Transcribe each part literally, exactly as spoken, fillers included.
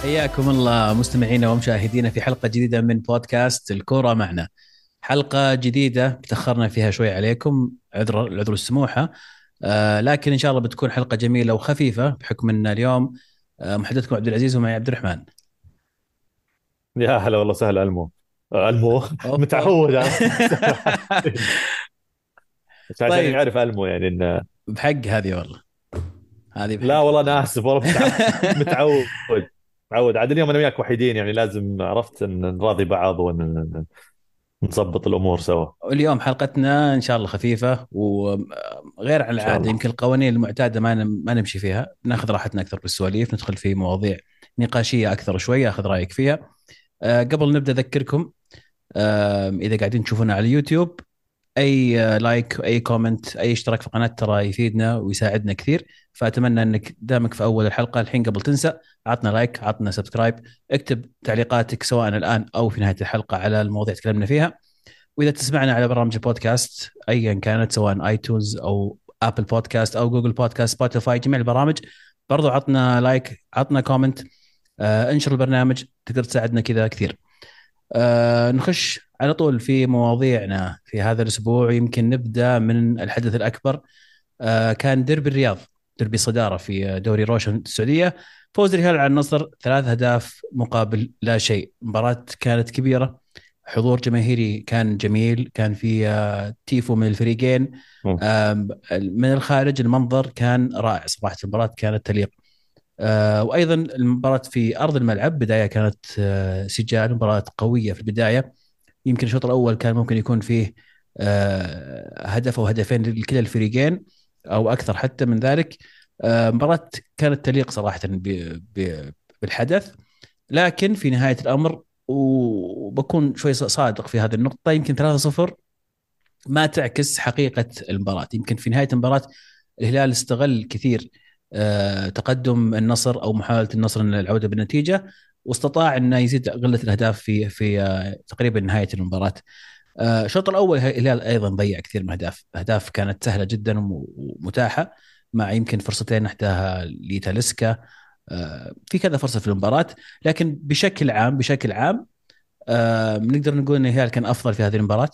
حياكم الله مستمعينا ومشاهدينا في حلقة جديدة من بودكاست الكورة معنا. حلقة جديدة تأخرنا فيها شوي عليكم، عذر العذر السموحة. آه لكن إن شاء الله بتكون حلقة جميلة وخفيفة بحكم أن اليوم آه محدثكم عبد العزيز ومعي عبد الرحمن. يا هلا والله سهل المو المو أوف أوف. متعود على السماعة. بس عشان طيب، يعرف المو يعني إن بحق هذه والله، هذه بحق. لا والله انا اسف والله متعود متعود متعود عاد اليوم انا وياك وحيدين يعني لازم عرفت ان نراضي بعض ونظبط الامور سوا ان اليوم حلقتنا إن شاء الله خفيفة وغير عن شاء العادة، الله. يمكن القوانين المعتادة ما نم- ما نمشي فيها، ناخذ راحتنا أكثر بالسواليف، ندخل في مواضيع نقاشية أكثر شوية، أخذ رأيك فيها. آه، قبل نبدأ أذكركم، آه، إذا قاعدين تشوفونا على اليوتيوب، أي آه، لايك أي كومنت أي اشتراك في القناة ترى يفيدنا ويساعدنا كثير. فأتمنى أنك دامك في أول الحلقة الحين قبل تنسى، عطنا لايك، عطنا سبسكرايب، اكتب تعليقاتك سواء الآن أو في نهاية الحلقة على المواضيع تكلمنا فيها. واذا تسمعنا على برامج البودكاست ايا كانت، سواء ايتونز او ابل بودكاست او جوجل بودكاست سبوتيفاي، جميع البرامج، برضو عطنا لايك، عطنا كومنت، آه انشر البرنامج، تقدر تساعدنا كذا كثير. آه نخش على طول في مواضيعنا في هذا الاسبوع. يمكن نبدا من الحدث الاكبر. آه كان ديربي الرياض، ديربي صداره في دوري روشن السعوديه. فوز الهلال على النصر ثلاث اهداف مقابل لا شيء. مباراه كانت كبيره، حضور جماهيري كان جميل، كان في آه، تيفو من الفريقين. مم. آم، من الخارج المنظر كان رائع صراحة، المباراة كانت تليق. آه، وأيضا المباراة في أرض الملعب بداية كانت آه، سجال، مباراة قوية في البداية. يمكن الشوط الأول كان ممكن يكون فيه آه، هدف أو هدفين لكلا الفريقين أو أكثر حتى من ذلك. آه، مباراة كانت تليق صراحة ب- ب- بالحدث. لكن في نهاية الأمر، وبكون شوي صادق في هذه النقطة، يمكن ثلاثة صفر ما تعكس حقيقة المباراة. يمكن في نهاية المباراة الهلال استغل كثير آه، تقدم النصر أو محاولة النصر أن العودة بالنتيجة، واستطاع أن يزيد غلة الأهداف في في آه، تقريبا نهاية المباراة. آه، الشوط الأول الهلال أيضا ضيع كثير من الأهداف، أهداف كانت سهلة جدا ومتاحة، مع يمكن فرصتين أحداها لتاليسكا. آه، في كذا فرصة في المباراة. لكن بشكل عام بشكل عام آه، نقدر نقول ان الهلال كان افضل في هذه المباراه.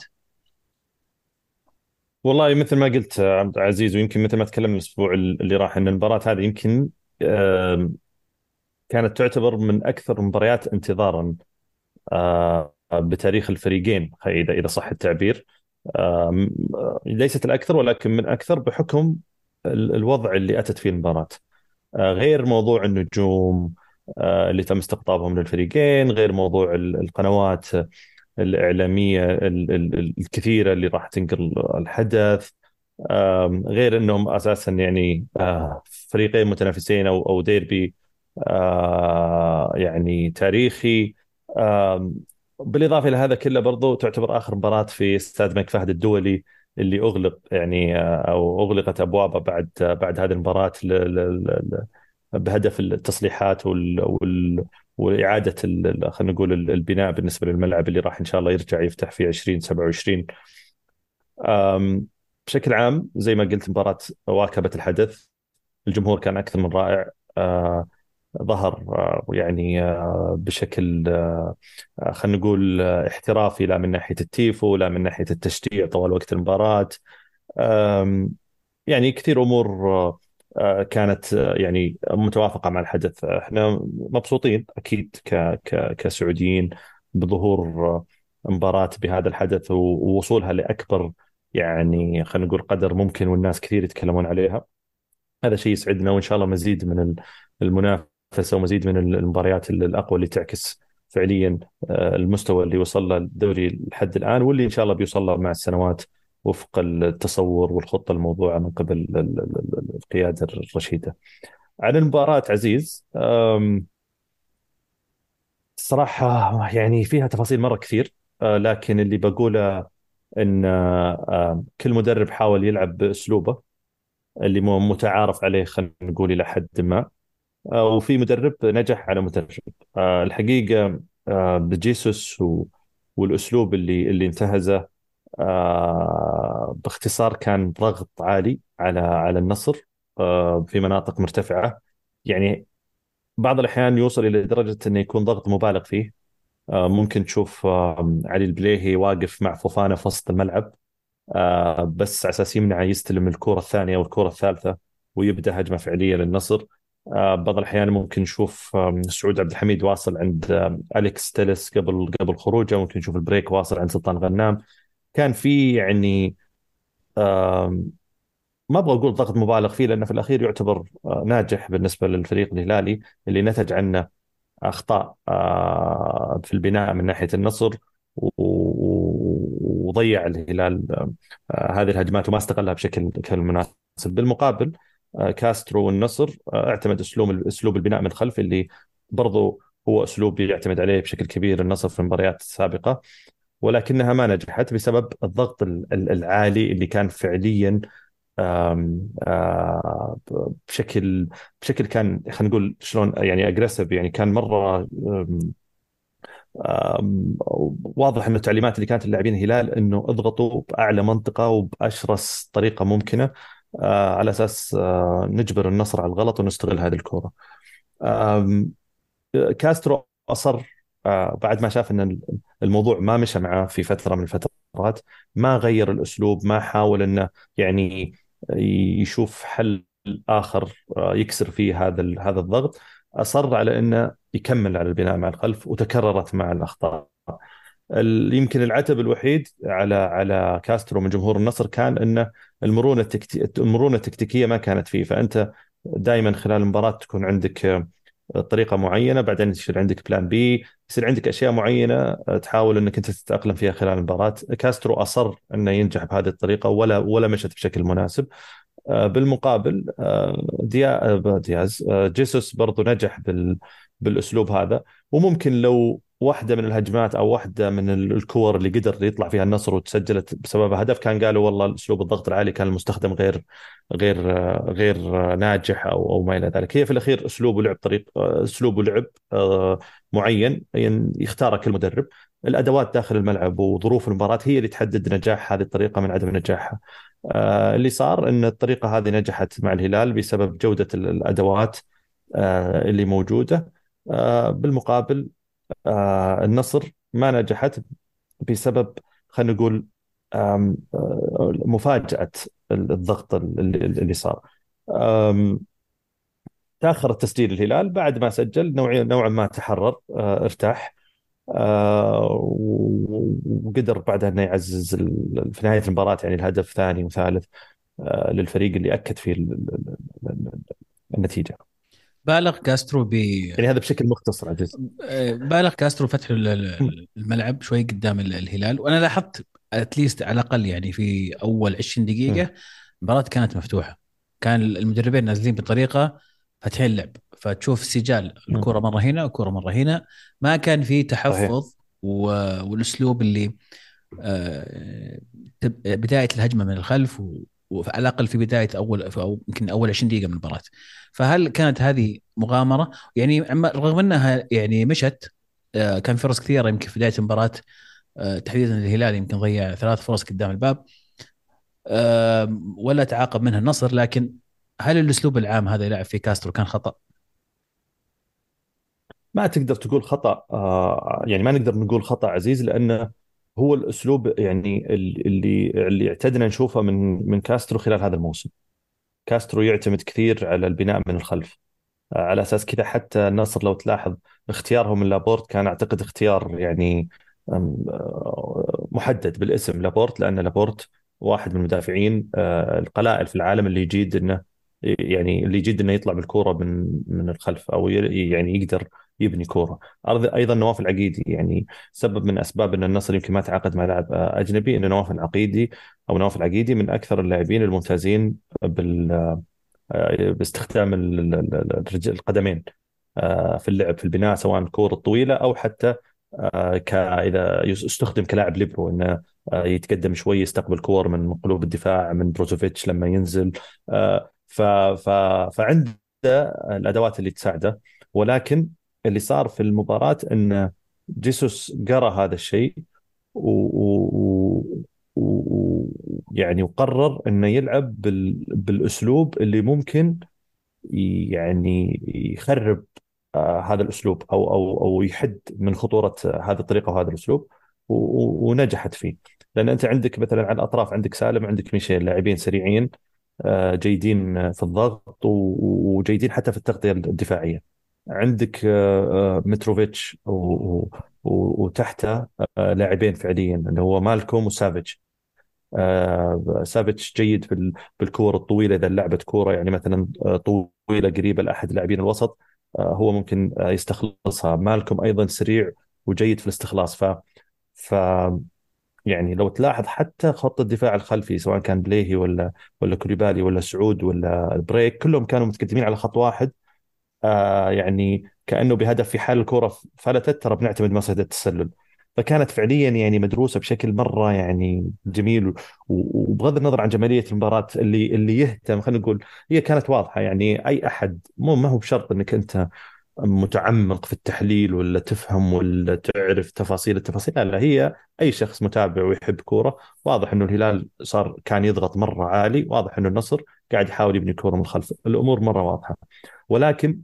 والله مثل ما قلت عبد العزيز ويمكن مثل ما تكلمنا الاسبوع اللي راح ان المباراه هذه يمكن آم، كانت تعتبر من اكثر المباريات انتظارا آه، بتاريخ الفريقين اذا اذا صح التعبير. آم، آه، ليست الأكثر ولكن من أكثر بحكم ال- الوضع اللي أتت فيه المباراة. آه، غير موضوع النجوم آه، اللي تم استقطابهم للفريقين، غير موضوع ال- القنوات الإعلامية ال- ال- الكثيرة اللي راح تنقل الحدث. آم، غير أنهم أساسا يعني آه، فريقين متنافسين أو أو ديربي آه، يعني تاريخي. آم، بالإضافة إلى هذا كله برضو تعتبر آخر مباراة في استاد الملك فهد الدولي اللي أغلق يعني آه، أو أغلقت أبوابه بعد بعد هذه المباراة ل- ل- ل- بهدف التصليحات وال وال وإعادة ال- خلينا نقول ال- البناء بالنسبة للملعب اللي راح إن شاء الله يرجع يفتح في ألفين وسبعة وعشرين. آم، بشكل عام زي ما قلت مباراة واكبت الحدث. الجمهور كان أكثر من رائع. آه، ظهر آه، يعني آه، بشكل آه، آه، خلينا نقول آه، احترافي، لا من ناحية التيفو لا من ناحية التشجيع طوال وقت المباراة. آم، يعني كثير امور آه، آه، كانت آه، يعني متوافقه مع الحدث. احنا مبسوطين اكيد ك ك كسعوديين بظهور آه، مباراه بهذا الحدث و- ووصولها لاكبر يعني خلينا نقول قدر ممكن، والناس كثير يتكلمون عليها. هذا شيء يسعدنا، وان شاء الله مزيد من ال- المنافسه ومزيد من المباريات الاقوى اللي تعكس فعليا آه، المستوى اللي وصل له الدوري لحد الان، واللي ان شاء الله بيوصل له مع السنوات وفق التصور والخطه الموضوعه من قبل ال- ال- ال- القياده الرشيده. عن المباراه عزيز، آم، الصراحه يعني فيها تفاصيل مره كثير. آه، لكن اللي بقوله ان آه، آه، كل مدرب حاول يلعب باسلوبه اللي مو متعارف عليه، خلينا نقول الى حد ما. آه، وفي مدرب نجح على مدرب. آه، الحقيقة آه، بجيسوس و- والأسلوب اللي اللي انتهزه آه، باختصار كان ضغط عالي على على النصر آه، في مناطق مرتفعة. يعني بعض الأحيان يوصل إلى درجة أنه يكون ضغط مبالغ فيه. آه، ممكن تشوف آه، علي البليهي واقف مع فوفانا في وسط الملعب، آه، بس على أساس يمنع يستلم الكرة الثانية أو الكرة الثالثة ويبدأ هجمة فعلية للنصر. آه، بعض الأحيان ممكن نشوف آم، سعود عبد الحميد واصل عند آم، أليكس تيلس قبل قبل خروجه، ممكن نشوف البريك واصل عند سلطان غنام. كان في يعني آم، ما ابغى اقول ضغط مبالغ فيه، لانه في الاخير يعتبر آه، ناجح بالنسبه للفريق الهلالي اللي نتج عنه اخطاء آه، في البناء من ناحيه النصر، و- و- وضيع الهلال آه، هذه الهجمات وما استغلها بشكل بشكل مناسب. بالمقابل آه، كاسترو والنصر آه، اعتمد اسلوب اسلوب البناء من الخلف، اللي برضو هو اسلوب يعتمد عليه بشكل كبير النصر في المباريات السابقه، ولكنها ما نجحت بسبب الضغط ال- ال- العالي اللي كان فعليا آم، آه، بشكل بشكل كان خلينا نقول شلون يعني اجريسيف، يعني كان مره آم، آم، واضح انه التعليمات اللي كانت اللاعبين الهلال انه اضغطوا باعلى منطقه وباشرس طريقه ممكنه، آه، على اساس آه، نجبر النصر على الغلط ونستغل هذه الكره. آم، كاسترو اصر آه، بعد ما شاف ان الموضوع ما مشى معاه في فتره من الفترات، ما غير الاسلوب، ما حاول انه يعني يشوف حل اخر آه، يكسر فيه هذا ال- هذا الضغط. اصر على انه يكمل على البناء مع الخلف، وتكررت مع الاخطاء. ال- يمكن العتب الوحيد على على كاسترو من جمهور النصر كان انه المرونه التكتي... المرونه التكتيكيه ما كانت فيه. فانت دائما خلال المباراه تكون عندك آه، طريقه معينه، بعدين يصير عندك بلان بي، يصير عندك اشياء معينه آه، تحاول انك انت تتاقلم فيها خلال المباراه. كاسترو اصر انه ينجح بهذه الطريقه، ولا ولا مشت بشكل مناسب. آه، بالمقابل آه، ديا آه، دياز آه، جيسوس برضو نجح بال بالاسلوب هذا. وممكن لو واحده من الهجمات او واحده من ال- الكور اللي قدر يطلع فيها النصر وتسجلت بسببها هدف، كان قالوا والله اسلوب الضغط العالي كان المستخدم غير غير آه، غير آه، ناجح او او ما الى ذلك. هي في الاخير اسلوب ولعب طريق آه، اسلوب ولعب آه، معين ين- يختاره كل مدرب. الادوات داخل الملعب وظروف المباراه هي اللي تحدد نجاح هذه الطريقه من عدم نجاحها. آه، اللي صار ان الطريقه هذه نجحت مع الهلال بسبب جوده ال- الادوات آه، اللي موجوده. آه، بالمقابل آه، النصر ما نجحت بسبب خلينا نقول آم، آه، مفاجاه الضغط اللي, اللي صار. آم، تاخر التسجيل الهلال، بعد ما سجل نوعا نوعا ما تحرر، آه، ارتاح، آه، و- وقدر بعدها انه يعزز ال- في نهايه المباراه يعني الهدف ثاني وثالث آه، للفريق اللي اكد فيه ال- ال- ال- ال- النتيجه. بالغ كاسترو ب يعني هذا بشكل مختصر عزيز. آه، بالغ كاسترو فتح ال- ال- الملعب شوي قدام ال- الهلال، وانا لاحظت اتليست على الاقل يعني في اول عشرين مم. دقيقه المباراه كانت مفتوحه. كان المدربين نازلين بطريقه فاتحين اللعب، فتشوف سجال مم. الكره مره هنا وكره مره هنا. ما كان في صحيح. تحفظ و- والاسلوب اللي آه، تب- بدايه الهجمه من الخلف و- وعلى الاقل في بدايه اول او يمكن اول عشرين دقيقه من المباراه. فهل كانت هذه مغامره؟ يعني عم- رغم انها يعني مشت، آه، كان فرص كثيره يمكن في بدايه المباراه، آه، تحديدا الهلال يمكن ضيع ثلاث فرص قدام الباب، آه، ولا تعاقب منها النصر. لكن هل الاسلوب العام هذا يلعب فيه كاسترو كان خطا؟ ما تقدر تقول خطأ، آه، يعني ما نقدر نقول خطأ عزيز، لأنه هو الأسلوب يعني ال- اللي اللي اعتدنا نشوفه من من كاسترو خلال هذا الموسم. كاسترو يعتمد كثير على البناء من الخلف. على اساس كذا حتى النصر لو تلاحظ اختيارهم من لابورت كان اعتقد اختيار يعني أم، آه، محدد بالاسم لابورت، لان لابورت واحد من المدافعين آه، القلائل في العالم اللي يجيد انه يعني اللي يجيد انه يطلع بالكوره من من الخلف، او ي- يعني يقدر يبني كوره. أرض- ايضا نواف العقيدي، يعني سبب من اسباب ان النصر يمكن ما تعاقد مع لاعب آه، اجنبي ان نواف العقيدي او نواف العقيدي من اكثر اللاعبين الممتازين بال آه، باستخدام ال- ال- ال- الرج- القدمين آه، في اللعب في البناء، سواء الكور الطويله او حتى آه، ك اذا يس- يستخدم كلاعب ليبرو، انه آه، يتقدم شوي يستقبل كور من قلوب الدفاع من بروزوفيتش لما ينزل. آه، ف ف فعنده الادوات اللي تساعده. ولكن اللي صار في المباراه ان جيسوس قرا هذا الشيء و... و... و... و... يعني وقرر انه يلعب بال... بالاسلوب اللي ممكن يعني يخرب آه، هذا الاسلوب، او او او يحد من خطوره هذه الطريقه وهذا الاسلوب، و- و- ونجحت فيه. لان انت عندك مثلا على الاطراف عندك سالم، عندك ميشيل، لاعبين سريعين، آه، جيدين في الضغط، و- وجيدين حتى في التغطيه الدفاعيه. عندك آه، آه، متروفيتش، و- و- و- وتحته آه، لاعبين فعليا اللي هو مالكوم وسافيتش. آه، سافيتش جيد في ال- بالكور الطويله، اذا لعبت كوره يعني مثلا آه، طويله قريبه لاحد لاعبين الوسط، آه، هو ممكن آه، يستخلصها. مالكم ايضا سريع وجيد في الاستخلاص. ف ف يعني لو تلاحظ حتى خط الدفاع الخلفي، سواء كان بليهي ولا ولا كوليبالي ولا سعود ولا بريك، كلهم كانوا متقدمين على خط واحد. آه يعني كأنه بهدف، في حال الكرة فلتت ترى بنعتمد مصيدة التسلل. فكانت فعليا يعني مدروسة بشكل مرة يعني جميل. و- وبغض النظر عن جمالية المباراة، اللي اللي يهتم خلينا نقول، هي كانت واضحة. يعني أي أحد، مو ما هو بشرط أنك أنت متعمق في التحليل ولا تفهم ولا تعرف تفاصيل التفاصيل، لا لا، هي أي شخص متابع ويحب كورة، واضح أنه الهلال صار كان يضغط مرة عالي، واضح أنه النصر قاعد يحاول يبني كورة من الخلف. الأمور مرة واضحة. ولكن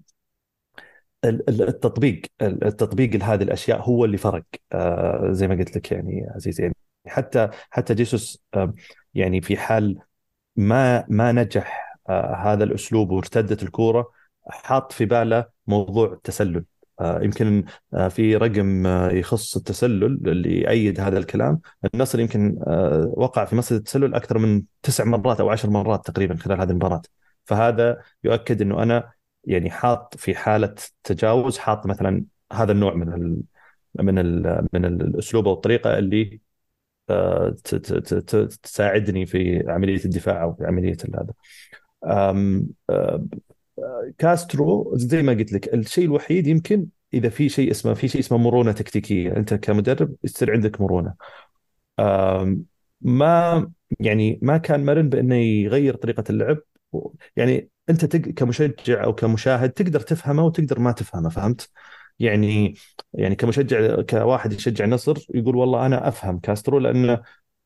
ال- ال- التطبيق التطبيق لهذه الاشياء هو اللي فرق. آه، زي ما قلت لك يعني عزيزي، يعني حتى حتى جيسوس، آه، يعني في حال ما ما نجح آه، هذا الاسلوب وارتدت الكوره، حاط في باله موضوع التسلل. آه، يمكن آه، في رقم آه، يخص التسلل اللي يأيد هذا الكلام. النصر يمكن آه، وقع في مصيدة التسلل اكثر من تسع مرات او عشر مرات تقريبا خلال هذه المباراة. فهذا يؤكد انه انا يعني حاط في حالة تجاوز، حاط مثلا هذا النوع من ال من ال من الاسلوب او الطريقه اللي آه، ت- ت- ت- ت- تساعدني في عمليه الدفاع او في عمليه هذا. أم، آه، كاسترو زي ما قلت لك، الشيء الوحيد يمكن اذا في شيء اسمه في شيء اسمه مرونه تكتيكيه، انت كمدرب يصير عندك مرونه. أم، ما يعني ما كان مرن بانه يغير طريقه اللعب. يعني انت تق... كمشجع او كمشاهد تقدر تفهمه وتقدر ما تفهمه، فهمت؟ يعني يعني كمشجع، كواحد يشجع النصر يقول والله انا افهم كاسترو، لانه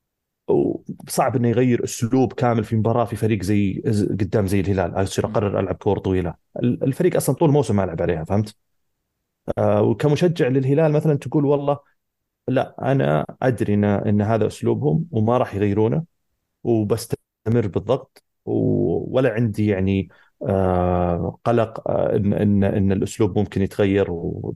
صعب انه يغير اسلوب كامل في مباراه في فريق زي ز- قدام زي الهلال. اصير اقرر العب كور طويله، ال- الفريق اصلا طول الموسم ما لعب عليها، فهمت؟ آه وكمشجع للهلال مثلا تقول والله لا، انا ادري ان ان هذا اسلوبهم وما راح يغيرونه، وبستمر بالضغط، و- ولا عندي يعني آه قلق آه ان ان ان الاسلوب ممكن يتغير، و-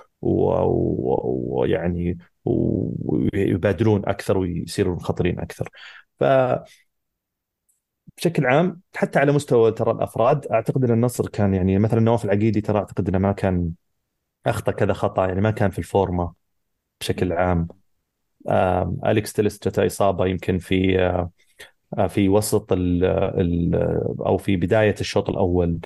و- ويعني ويبادرون اكثر ويصيرون خطرين اكثر. فبشكل عام حتى على مستوى ترى الافراد، اعتقد ان النصر كان يعني مثلا نواف العقيدي، ترى اعتقد انه ما كان اخطا كذا خطا، يعني ما كان في الفورمه بشكل عام. آم، اليكس تيلس جته اصابه يمكن في آه، في وسط ال ال او في بدايه الشوط الاول.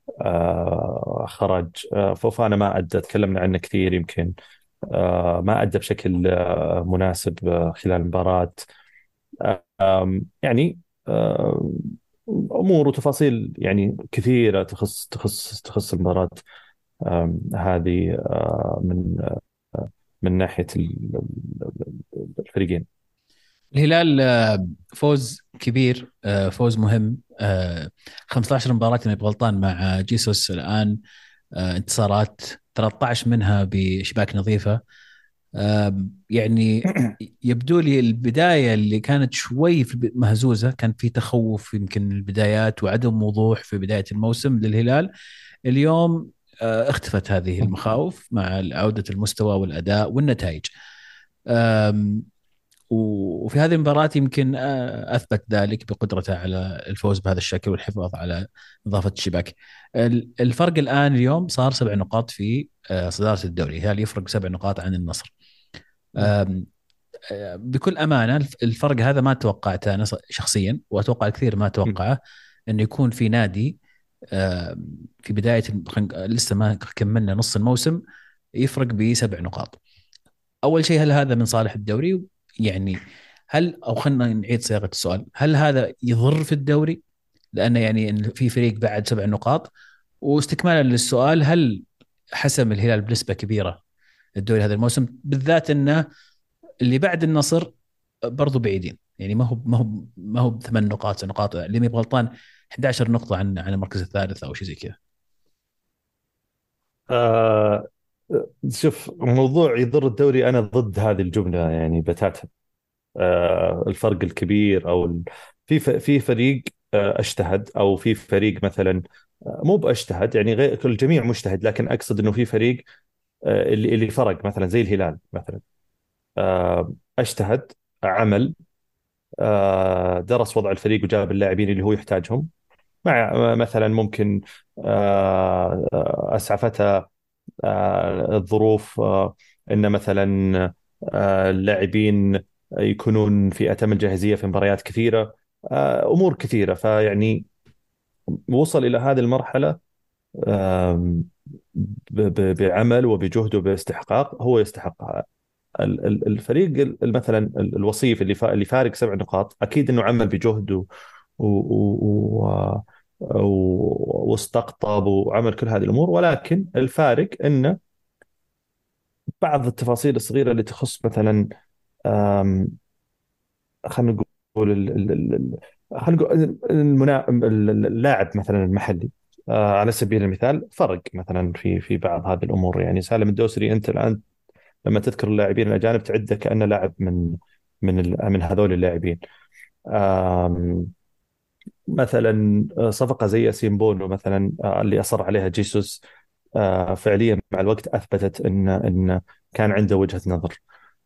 آه، خرج. آه، فوفانا ما ادى، تكلمنا عنه كثير، يمكن آه، ما أدى بشكل آه، مناسب آه، خلال المباراة. آم، يعني آه، أمور وتفاصيل يعني كثيرة تخص تخص تخص المباراة آم، هذه آه، من من ناحية ال- ال- الفريقين. الهلال آه، فوز كبير، آه، فوز مهم. آه، خمسة عشر مباراة إذا ماني غلطان مع جيسوس الآن، آه، انتصارات ثلاثة عشر منها بشباك نظيفة. آم، يعني يبدو لي البداية اللي كانت شوي في الب- مهزوزة، كان في تخوف يمكن من البدايات وعدم وضوح في بداية الموسم للهلال. اليوم آه، اختفت هذه المخاوف مع عودة المستوى والأداء والنتائج. آم، وفي هذه المباراة يمكن آه، أثبت ذلك بقدرته على الفوز بهذا الشكل والحفاظ على نظافة الشباك. ال- الفرق الآن اليوم صار سبع نقاط في آه، صدارة الدوري، هل يفرق سبع نقاط عن النصر. آم، آه، بكل أمانة الف- الفرق هذا ما توقعته أنا ص- شخصيا، وأتوقع الكثير ما توقعه، أنه يكون في نادي آم، في بداية خلينا نق- لسه ما كملنا نص الموسم يفرق بسبع نقاط. اول شيء، هل هذا من صالح الدوري؟ يعني هل، او خلينا نعيد صياغه السؤال، هل هذا يضر في الدوري لانه يعني إن في فريق بعد سبع نقاط؟ واستكمالا للسؤال، هل حسم الهلال بنسبه كبيره الدوري هذا الموسم، بالذات انه اللي بعد النصر برضو بعيدين، يعني ما هو ما هو ما هو بثمان نقاط نقاط اللي ما غلطان، احد عشر نقطه عن عن المركز الثالث او شيء زي كذا. آه شوف، موضوع يضر الدوري أنا ضد هذه الجملة يعني بتاتا. آه الفرق الكبير أو ال... في ف... في فريق آه اجتهد، أو في فريق مثلا آه، مو باجتهد يعني، غير الجميع مجتهد، لكن أقصد أنه في فريق آه اللي اللي فرق مثلا زي الهلال مثلا. آه اجتهد، عمل، آه درس وضع الفريق وجاب اللاعبين اللي هو يحتاجهم، مع مثلا ممكن آه، آه، اسعفتها آه، الظروف، آه، ان مثلا آه، اللاعبين يكونون في اتم الجاهزيه في مباريات كثيره، آه، امور كثيره، فيعني وصل الى هذه المرحله آم، ب- ب- بعمل وبجهد وباستحقاق، هو يستحقها. ال- ال- الفريق ال- مثلا ال- الوصيف اللي فا- اللي فارق سبع نقاط، اكيد انه عمل بجهد و و و و- واستقطب وعمل كل هذه الامور، ولكن الفارق انه بعض التفاصيل الصغيره اللي تخص مثلا آم، خلينا نقول ال- ال- ال- ال- خلينا نقول المنا... اللاعب مثلا المحلي، آه، على سبيل المثال فرق مثلا في في بعض هذه الامور. يعني سالم الدوسري انت الان لما تذكر اللاعبين الاجانب تعده كانه لاعب من من ال- من هذول اللاعبين. آم، مثلا آه، صفقه زي ياسين بونو مثلا، آه، اللي اصر عليها جيسوس، آه، فعليا مع الوقت اثبتت ان ان كان عنده وجهه نظر.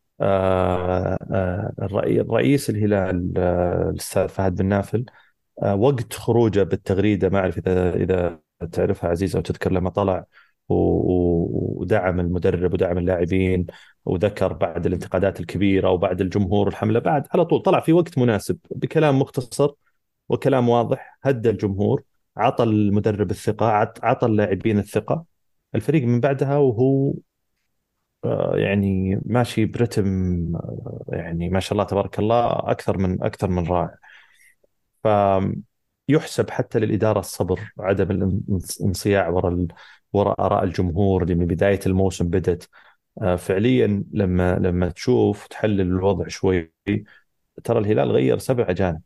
آه، آه، الرئي- رئيس الهلال آه، الاستاذ فهد بن نافل، آه، وقت خروجه بالتغريده، ما اعرف اذا اذا تعرفها عزيزه او تذكر، لما طلع و- و- ودعم المدرب ودعم اللاعبين، وذكر بعد الانتقادات الكبيره وبعد الجمهور الحمله، بعد على طول طلع في وقت مناسب بكلام مختصر وكلام واضح، هدى الجمهور، عطى المدرب الثقه، عط- عطى اللاعبين الثقه. الفريق من بعدها وهو آه، يعني ماشي برتم، آه، يعني ما شاء الله تبارك الله، اكثر من اكثر من رائع. فيحسب حتى للإدارة الصبر، عدم الانصياع وراء ال- وراء آراء الجمهور اللي من بداية الموسم بدت. آه، فعليا لما لما تشوف تحلل الوضع شوي، ترى الهلال غير سبع أجانب،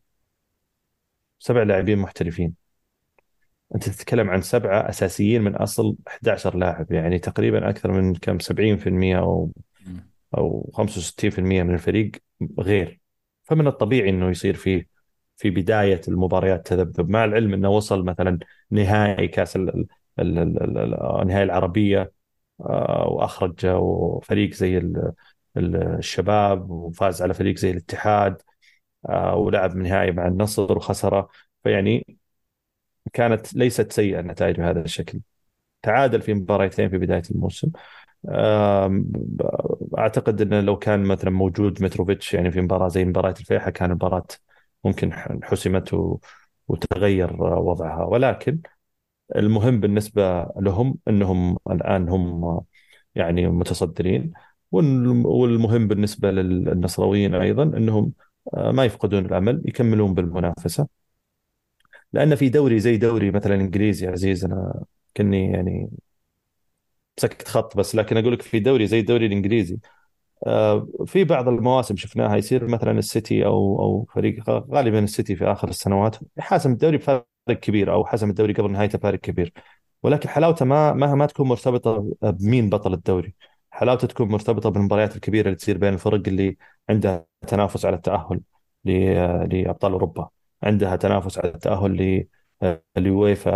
سبع لاعبين محترفين. أنت تتكلم عن سبعة أساسيين من أصل أحد عشر لاعب، يعني تقريبا أكثر من كم سبعين في المئة أو مم. او خمسة وستين في المئة من الفريق غير. فمن الطبيعي انه يصير فيه في بدايه المباريات تذبذب، مع العلم انه وصل مثلا نهائي كاس ال ال ال ال ال النهائي العربيه، آه، واخرج فريق زي ال- ال- الشباب، وفاز على فريق زي الاتحاد، آه، ولعب نهائي مع النصر وخسره. فيعني كانت ليست سيئه النتائج بهذا الشكل. تعادل في مباراتين في بدايه الموسم. آم، اعتقد انه لو كان مثلا موجود متروفيتش يعني في مباراه زي مباراه الفيحة، كان المباراه ممكن حسمت و- وتغير وضعها. ولكن المهم بالنسبه لهم انهم الان هم يعني متصدرين، وال- والمهم بالنسبه للنصراويين ايضا انهم آه، ما يفقدون الامل، يكملون بالمنافسه. لان في دوري زي دوري مثلا الانجليزي عزيز، انا كني يعني مسكت خط بس، لكن اقول لك في دوري زي الدوري الانجليزي، آه، في بعض المواسم شفناها يصير مثلا السيتي او او فريق، غالبا السيتي في اخر السنوات حاسم الدوري بفارق كبير، او حسم الدوري قبل نهايته بفارق كبير. ولكن حلاوته ما ما ما تكون مرتبطه بمين بطل الدوري، حلاوته تكون مرتبطه بالمباريات الكبيره اللي تصير بين الفرق اللي عندها تنافس على التاهل ل- لابطال اوروبا، عندها تنافس على التاهل ل اليويفا،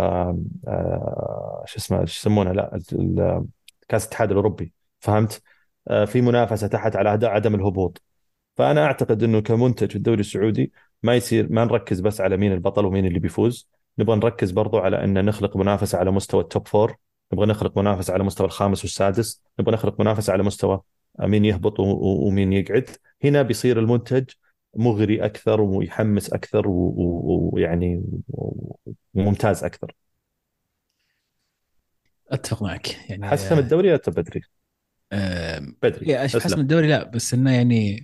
آه، شو اسمه شو يسمونه، لا ال- كاس الاتحاد الاوروبي، فهمت؟ آه، في منافسه تحت على أداء عدم الهبوط. فانا اعتقد انه كمنتج في الدوري السعودي ما يصير ما نركز بس على مين البطل ومين اللي بيفوز، نبغى نركز برضو على ان نخلق منافسه على مستوى التوب فور، نبغى نخلق منافسه على مستوى الخامس والسادس، نبغى نخلق منافسه على مستوى مين يهبط و- و- ومين يقعد. هنا بيصير المنتج مغري اكثر ويحمس اكثر و- و- ويعني و- وممتاز اكثر. اتفق معك يعني. حسم الدوري بدري، آه، بدري إيه، اشوف حسم اسلم. الدوري لا، بس انه يعني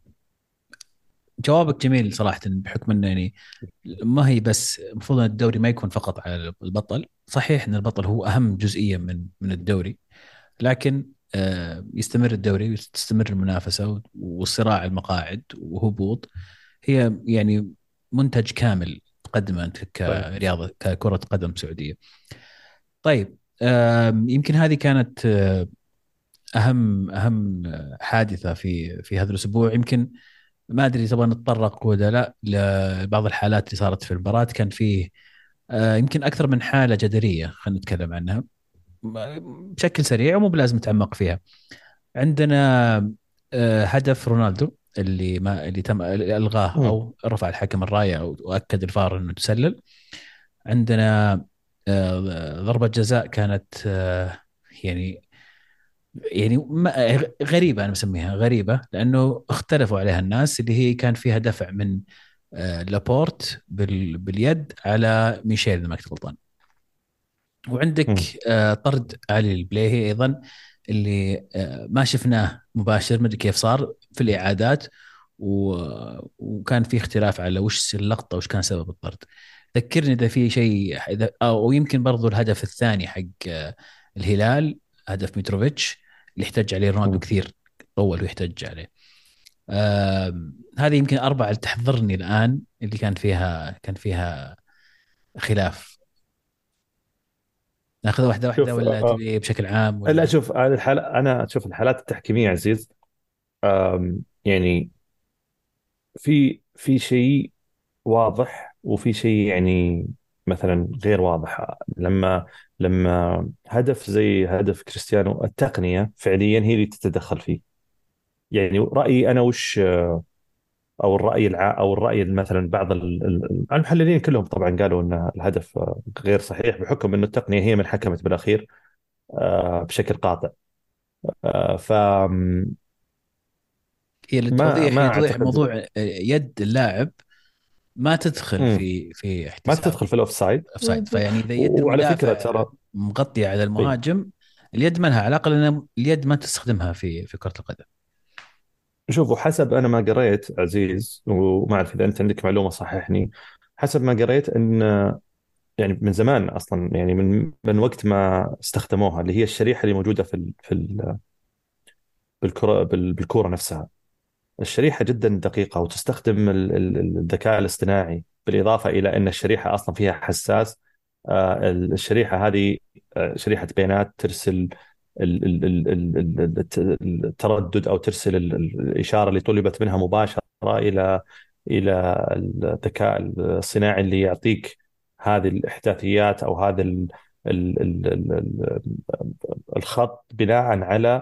جوابك جميل صراحه، بحكم انه يعني ما هي بس المفروض ان الدوري ما يكون فقط على البطل. صحيح ان البطل هو اهم جزئيه من من الدوري، لكن آه، يستمر الدوري وتستمر المنافسه وصراع المقاعد وهبوط، هي يعني منتج كامل تقدمه انت صحيح. كرياضه ككره قدم سعوديه. طيب، آم، يمكن هذه كانت آه، اهم اهم آه، حادثه في في هذا الاسبوع. يمكن ما ادري تبغى نتطرق ولا لا لبعض الحالات اللي صارت في المباراه. كان فيه آه، يمكن اكثر من حاله جدليه، خلينا نتكلم عنها بشكل سريع ومو بلازم نتعمق فيها. عندنا آه، هدف رونالدو اللي ما اللي تم اللي الغاه مم. او رفع الحكم الرايه او واكد الفار انه تسلل. عندنا آه، ضربه جزاء كانت آه، يعني يعني ما- غريبه، انا مسميها غريبه لانه اختلفوا عليها الناس، اللي هي كان فيها دفع من آه، لابورت بال- باليد على ميشيل اذا ما كنت غلطان. وعندك مم. آه، طرد علي البليهي ايضا، اللي آه، ما شفناه مباشر، ما ادري كيف صار في الاعادات. و... وكان في اختلاف على وش اللقطه وش كان سبب الطرد. ذكرني اذا في شيء اذا او يمكن برضو الهدف الثاني حق آه، الهلال، هدف متروفيتش اللي احتج عليه رونالدو مم. كثير، طول ويحتج عليه. آه هذه يمكن أربعة اللي تحضرني الآن اللي كان فيها كان فيها خلاف. ناخذ واحدة واحدة شوف ولا آه تبي بشكل عام آه، لا ولا؟ شوف هذه الحالة، أنا أشوف الحالات التحكيمية عزيز. آم، يعني في في شيء واضح وفي شيء يعني مثلا غير واضح. لما لما هدف زي هدف كريستيانو، التقنية فعليا هي اللي تتدخل فيه. يعني رأيي أنا وش، او الراي الع... او الراي مثلا بعض ال- ال- المحللين كلهم طبعا قالوا ان الهدف آه، غير صحيح، بحكم انه التقنيه هي من حكمت بالاخير آه، بشكل قاطع. آه، فما هي ما للتوضيح، ما هي توضيح اعتقد. موضوع آه، يد اللاعب ما تدخل مم. في في ما احتساب تدخل في الاوف سايد. اوفسايد. فيعني اذا يد وعلى فكره المدافع ترى، مغطية على اي المهاجم، اليد ما لها علاقة، لأن اليد ما تستخدمها في في كرة القدم. شوفوا، حسب انا ما قريت عزيز، وما اعرف اذا انت عندك معلومه صححني. حسب ما قريت ان يعني من زمان اصلا، يعني من من وقت ما استخدموها، اللي هي الشريحه اللي موجوده في ال- في ال- بالكره بال- بالكوره نفسها. الشريحة جدا دقيقة، وتستخدم ال- ال- الذكاء الاصطناعي، بالإضافة إلى أن الشريحة أصلا فيها حساس. آه، الشريحة هذه آه، شريحة بيانات ترسل ال- ال- ال- ال- ال- الت- التردد، أو ترسل ال- ال- الإشارة اللي طلبت منها مباشرة إلى إلى الذكاء الصناعي اللي يعطيك هذه الإحداثيات، أو هذا ال- ال- ال- ال- ال- الخط بناء على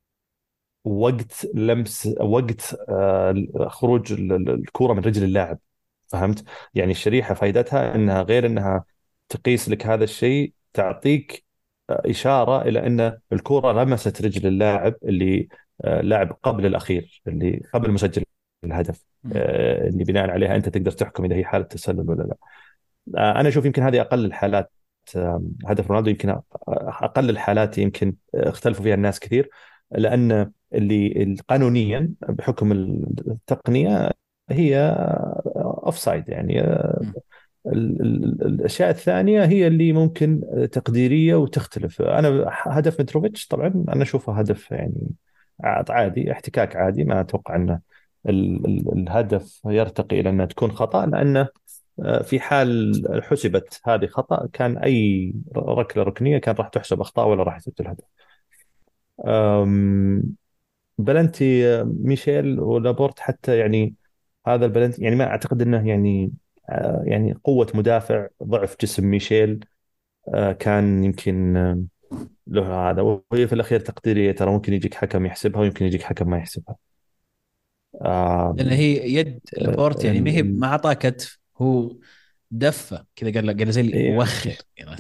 وقت لمس، وقت آه، خروج ال- ال- الكرة من رجل اللاعب. فهمت؟ يعني الشريحة فائدتها انها غير انها تقيس لك هذا الشيء، تعطيك آه، إشارة إلى أن الكرة لمست رجل اللاعب اللي آه، لاعب قبل الأخير، اللي قبل مسجل الهدف. مم. آه، اللي بناء عليها أنت تقدر تحكم إذا هي حالة تسلل ولا لا. آه، أنا أشوف يمكن هذه أقل الحالات. آه، هدف رونالدو يمكن أقل الحالات، يمكن آه، اختلفوا فيها الناس كثير، لأن اللي قانونيا بحكم التقنية هي اوف سايد. يعني مم. ال- ال- الاشياء الثانيه هي اللي ممكن تقديريه وتختلف. انا هدف متروفيتش طبعا انا اشوفه هدف يعني عادي، احتكاك عادي، ما اتوقع انه ال- ال- الهدف يرتقي الى انها تكون خطا، لانه في حال حسبت هذه خطا كان اي ركله ركنيه كان راح تحسب اخطاء ولا راح يسجل هدف. أم، بلنتي آه، ميشيل ولابورت حتى، يعني هذا البلنتي يعني ما اعتقد انه يعني آه، يعني قوة مدافع ضعف جسم ميشيل آه، كان يمكن آه، له هذا. وهي في الاخير تقديرية، ترى ممكن يجيك حكم يحسبها ويمكن يجيك حكم ما يحسبها. لأن آم، هي يد آه، لابورت، يعني ما ال- هي ال- ما أعطاه كتف، هو دفه كذا، قال له قال له زي إيه. وخر يعني.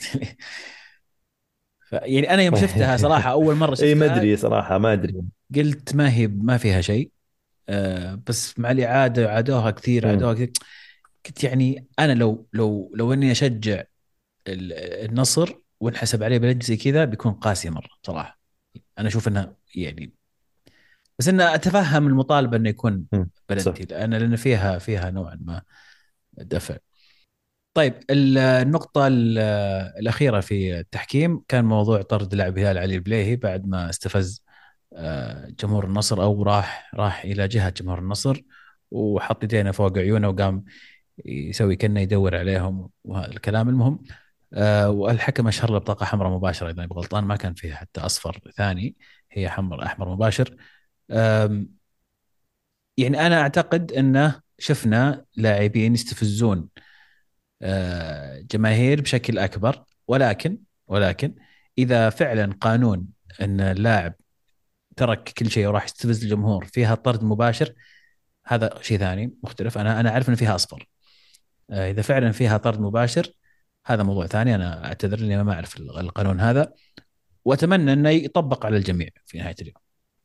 ف يعني انا يوم شفتها صراحه اول مره اي ما شفتها ادري صراحة، ما ادري. قلت ما هي ما فيها شيء. آه بس مع الاعاده عادوها كثير مم. عادوها كثير. كنت يعني انا لو لو لو اني اشجع ال- النصر وانحسب عليه بلنتي زي كذا بيكون قاسي مره صراحه. انا اشوف انها يعني، بس انه اتفهم المطالبه انه يكون مم. صح. بلنتي، لان لان فيها فيها نوعا ما دفع. طيب ال- النقطة ال- الأخيرة في التحكيم كان موضوع طرد لاعب هلال علي البليهي بعد ما استفز آه، جمهور النصر، أو راح راح إلى جهة جمهور النصر وحط يدينه فوق عيونه وقام يسوي كأنه يدور عليهم وهذا الكلام. المهم آه، والحكم اشهر له بطاقه حمراء مباشره اذا يبغى غلطان، ما كان فيها حتى اصفر ثاني، هي حمر احمر مباشر. آم، يعني انا اعتقد انه شفنا لاعبين يستفزون آه، جماهير بشكل اكبر، ولكن ولكن اذا فعلا قانون ان اللاعب ترك كل شيء وراح يستفز الجمهور فيها طرد مباشر، هذا شيء ثاني مختلف. انا انا اعرف ان فيها اصفر. آه، اذا فعلا فيها طرد مباشر هذا موضوع ثاني، انا اعتذر اني ما اعرف القانون هذا، واتمنى انه يطبق على الجميع في نهايه اليوم.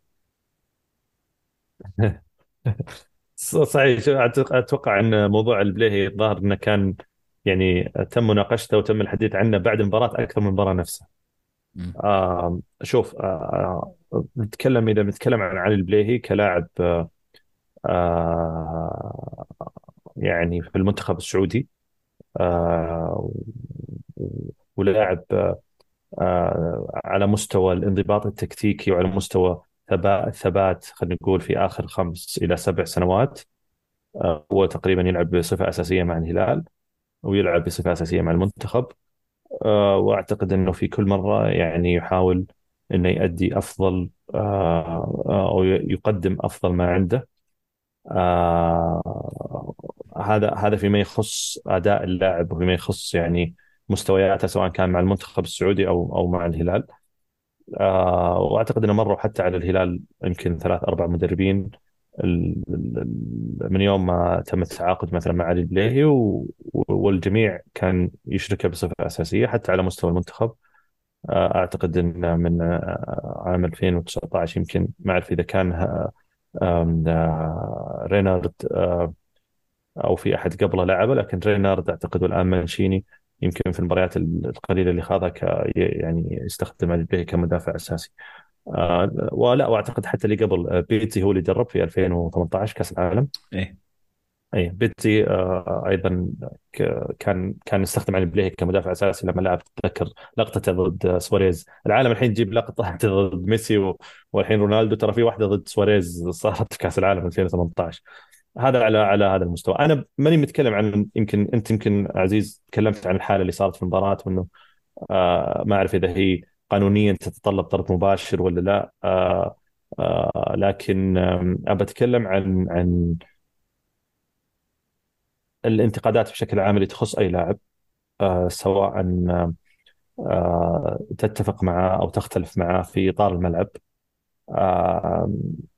صحيح. شو- أعتق- اتوقع ان موضوع البلاي الظاهر انه كان يعني تم مناقشته وتم الحديث عنه بعد المباراه اكثر من المباراه نفسها. مم. آه شوف، آه آه، نتكلم اذا بنتكلم عن علي البليهي كلاعب، آه آه، يعني في المنتخب السعودي، آه و- ولاعب آه على مستوى الانضباط التكتيكي وعلى مستوى ثبات الثبات، خلينا نقول في اخر خمس الى سبع سنوات. آه هو تقريبا يلعب بصفه اساسيه مع الهلال، ويلعب بصفه اساسيه مع المنتخب. آه، واعتقد انه في كل مره يعني يحاول انه يؤدي افضل، آه، آه، او يقدم افضل ما عنده. آه، هذا هذا فيما يخص اداء اللاعب، وفيما يخص يعني مستوياته سواء كان مع المنتخب السعودي او او مع الهلال. آه، واعتقد انه مروا حتى على الهلال يمكن ثلاث اربع مدربين ال- ال- ال- من يوم ما تم التعاقد مثلا مع علي البليهي، و- والجميع كان يشركه بصفه اساسيه حتى على مستوى المنتخب. آه، اعتقد ان من آه، عام ألفين وتسعة عشر يمكن، ما اعرف اذا كان آه، آم، آه، رينارد، آه، او في احد قبله لعبه، لكن رينارد اعتقد، والان مانشيني يمكن في المباريات القليله اللي خاضها ك- يعني يستخدم علي البليهي كمدافع اساسي. آه ولا واعتقد حتى اللي قبل، آه، بيتزي هو اللي درب في ألفين وثمانية عشر كاس العالم. ايه. اي بيتزي آه ايضا ك- كان كان يستخدم علي بليه كمدافع اساسي لما لعب. تذكر لقطته ضد آه، سواريز. العالم الحين تجيب لقطه ضد ميسي و- والحين رونالدو، ترى في واحده ضد سواريز صارت في كاس العالم ألفين وثمانية عشر. هذا على على هذا المستوى. انا ماني متكلم عن، يمكن انت يمكن عزيز تكلمت عن الحاله اللي صارت في المباراه، وانه آه ما اعرف اذا هي قانونيا تتطلب طرد مباشر ولا لا. آه آه لكن آم، ابى اتكلم عن عن الانتقادات بشكل عام اللي تخص اي لاعب، آه سواء آه تتفق معه او تختلف معه في اطار الملعب. آه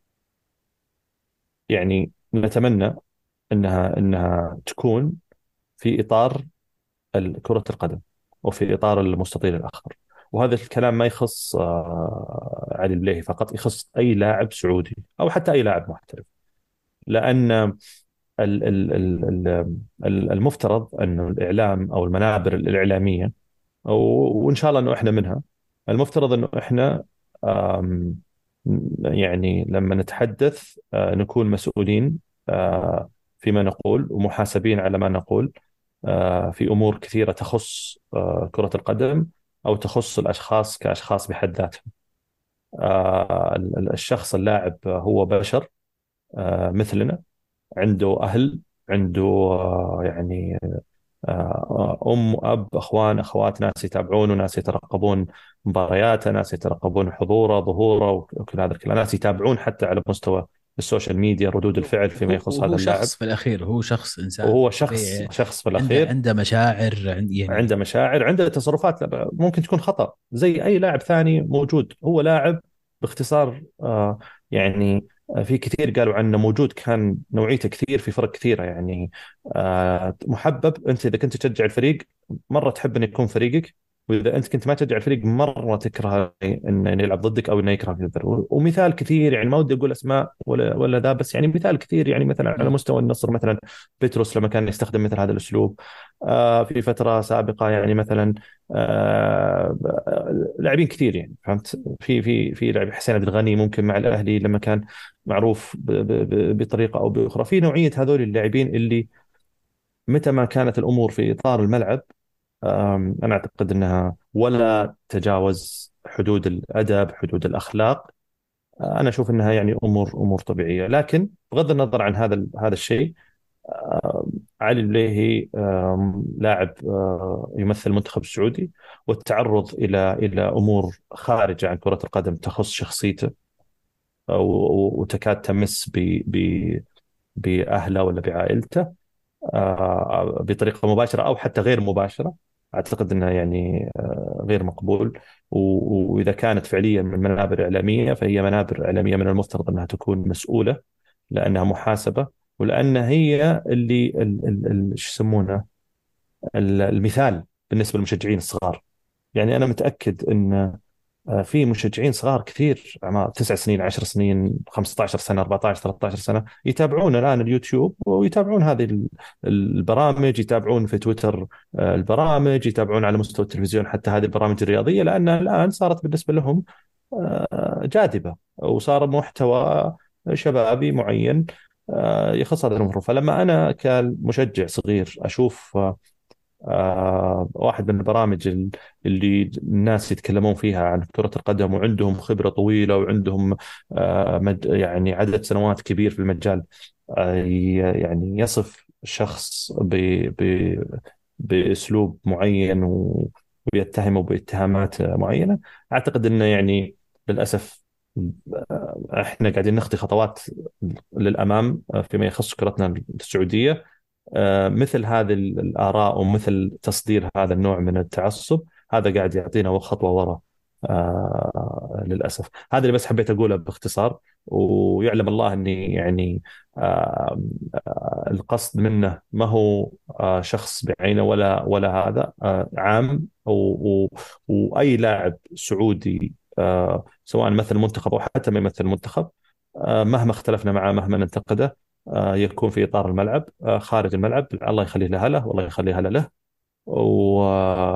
يعني نتمنى انها انها تكون في اطار ال- كرة القدم، وفي اطار المستطيل الاخضر. وهذا الكلام ما يخص آه علي البليهي فقط، يخص اي لاعب سعودي او حتى اي لاعب محترف. لان ال- ال- ال- ال- ال- المفترض انه الاعلام او المنابر الاعلاميه، و- وإن شاء الله أنه إحنا منها، المفترض أنه إحنا آم، يعني لما نتحدث آه، نكون مسؤولين آه، فيما نقول، ومحاسبين على ما نقول آه، في أمور كثيرة تخص آه، كرة القدم، أو تخص الأشخاص كأشخاص بحد ذاتهم. آه، ال- ال- الشخص اللاعب هو بشر آه، مثلنا، عنده أهل، عنده آه، يعني آه، أم أب أخوان أخوات، ناس يتابعونه، ناس يترقبون مبارياته، ناس يترقبون حضوره ظهوره وكل هذا الكلام، ناس يتابعون حتى على مستوى السوشيال ميديا ردود الفعل فيما هو يخص هذا هو اللاعب. شخص في الاخير، هو شخص انسان وهو شخص طبيعي، شخص في عنده الأخير عنده مشاعر، عند يعني. عنده مشاعر، عنده تصرفات لا- ممكن تكون خطأ زي أي لاعب ثاني موجود. هو لاعب باختصار، آه يعني آه، في كثير قالوا عنه موجود، كان نوعيته كثير في فرق كثيرة يعني. آه محبب. أنت إذا كنت تشجع الفريق مرة تحب أن يكون فريقك، واذا انت كنت ما تشجع الفريق مره تكره انه إنه يلعب ضدك او انه يكره في الفريق. ومثال كثير يعني، ما ودي اقول اسماء ولا ولا ذا، بس يعني مثال كثير يعني، مثلا على مم. مستوى النصر مثلا بيتروس لما كان يستخدم مثل هذا الاسلوب. آه، في فتره سابقه يعني مثلا آه، لاعبين كثير يعني، فهمت. في في في لاعب حسين عبد الغني ممكن مع الاهلي لما كان معروف ب- ب- ب- بطريقه او باخرى. في نوعيه هذول اللاعبين اللي متى ما كانت الامور في اطار الملعب، أم، أنا أعتقد أنها ولا تجاوز حدود الأدب، حدود الأخلاق. أنا أشوف أنها يعني أمور أمور طبيعية. لكن بغض النظر عن هذا ال- هذا الشيء، آه، علي البليهي آم، لاعب آه، يمثل المنتخب السعودي، والتعرض إلى إلى أمور خارجة عن كرة القدم تخص شخصيته، أو- وتكاد تمس ب ب- بأهله ولا بعائلته آه، بطريقة مباشرة أو حتى غير مباشرة. أعتقد أنه يعني آه، غير مقبول. و- وإذا كانت فعليا من منابر إعلامية، فهي منابر إعلامية من المفترض أنها تكون مسؤولة، لأنها محاسبة، ولأن هي اللي ال- ال- ال- شو يسمونه، ال- المثال بالنسبة للمشجعين الصغار. يعني أنا متأكد أن آه، في مشجعين صغار كثير، أعمار تسع سنين، عشر سنين، خمسة عشر سنة، أربعة عشر، ثلاثة عشر سنة، يتابعون الآن اليوتيوب ويتابعون هذه ال- البرامج، يتابعون في تويتر آه، البرامج، يتابعون على مستوى التلفزيون حتى هذه البرامج الرياضية، لأنها الآن صارت بالنسبة لهم آه، جاذبة، وصار محتوى شبابي معين آه، يخص هذا الأمر. فلما أنا كمشجع صغير أشوف آه، آه، واحد من البرامج ال- اللي الناس يتكلمون فيها عن كرة القدم وعندهم خبرة طويلة وعندهم آه، مج- يعني عدد سنوات كبير في المجال، آه، ي- يعني يصف شخص ب ب بأسلوب معين و- ويتهمه باتهامات معينة. أعتقد أنه يعني للأسف آه، احنا قاعدين نخطي خطوات للأمام آه، فيما يخص كرتنا السعودية. آه، مثل هذه الآراء ومثل تصدير هذا النوع من التعصب، هذا قاعد يعطينا خطوة وراء آه للأسف. هذا اللي بس حبيت أقوله باختصار، ويعلم الله أني يعني آه آه القصد منه ما هو آه شخص بعينه، ولا ولا هذا آه عام، و و وأي لاعب سعودي آه سواء مثل منتخب أو حتى ما يمثل المنتخب، آه مهما اختلفنا معه، مهما ننتقده، آه، يكون في إطار الملعب، آه، خارج الملعب الله يخليه له له، والله يخليها له له. و...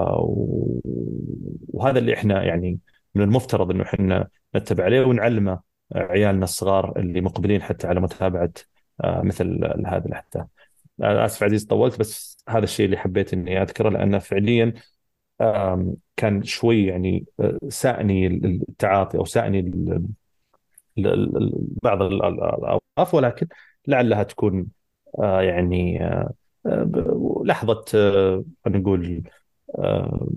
وهذا اللي احنا يعني من المفترض انه احنا نتبع عليه ونعلمه عيالنا الصغار اللي مقبلين حتى على متابعة آه، مثل هذه الأحداث. أنا آسف عزيز طولت، بس هذا الشيء اللي حبيت إني أذكره، لأنه فعليا آم، كان شوي يعني آه، ساءني التعاطي، أو ساءني ال- ال- ال- بعض ال- ال- الأوقاف، ولكن لعلها تكون آه، يعني آه، آه، ب- لحظة آه، خلينا نقول آه،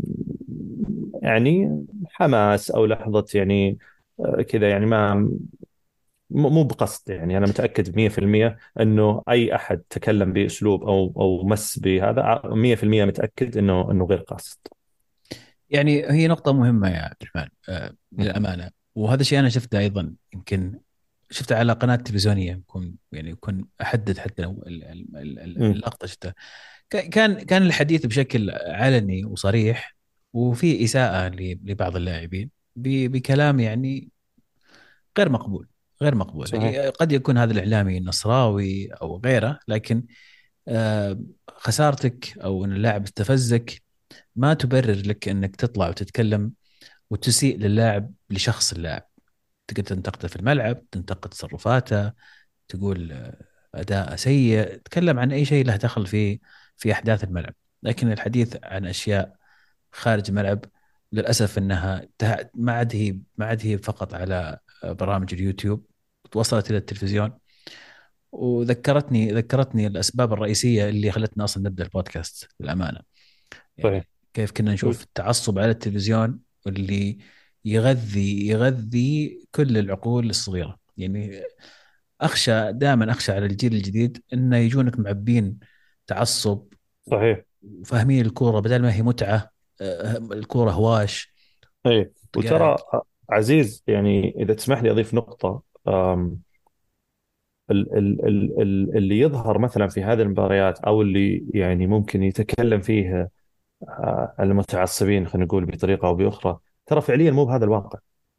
يعني حماس، أو لحظة يعني آه، كذا، يعني ما م- مو بقصد. يعني أنا متأكد مية في المية أنه أي أحد تكلم بأسلوب أو أو مس بهذا، ع- مية في المية متأكد أنه أنه غير قاصد. يعني هي نقطة مهمة يا عبد الرحمن، آه، م. للأمانة. وهذا الشيء أنا شفته أيضا، يمكن شفته على قناة تلفزيونية، يكون يعني يكون أحدد حتى لو ال- ال- ال- ال- م. اللقطة شفتها. ك- كان كان الحديث بشكل علني وصريح، وفي إساءة ل- لبعض اللاعبين ب- بكلام يعني غير مقبول. غير مقبول. صحيح. قد يكون هذا الإعلامي نصراوي أو غيره، لكن آه، خسارتك أو أن اللاعب استفزك ما تبرر لك أنك تطلع وتتكلم وتسيء للاعب، لشخص اللاعب. تقدر تنتقده في الملعب، تنتقد تصرفاته، تقول آه، أداء سيء، تتكلم عن أي شيء له دخل في في أحداث الملعب. لكن الحديث عن أشياء خارج الملعب، للأسف أنها ته- ما عاد هي ما عاد هي فقط على برامج اليوتيوب، وصلت إلى التلفزيون. وذكرتني ذكرتني الأسباب الرئيسية اللي خلتنا أصلا نبدأ البودكاست، للأمانة. صحيح. يعني كيف كنا نشوف التعصب على التلفزيون اللي يغذي يغذي كل العقول الصغيرة. يعني أخشى دائما أخشى على الجيل الجديد أنه يجونك معبين تعصب، صحيح. وفاهمين الكورة بدل ما هي متعة، آه، الكورة هواش. اي، قاعد. وترى عزيز، يعني اذا تسمح لي اضيف نقطه. أم، ال- ال- ال- ال- اللي يظهر مثلا في هذه المباريات، او اللي يعني ممكن يتكلم فيه آه، المتعصبين، خلينا نقول بطريقه او باخرى، ترى فعليا مو بهذا الواقع.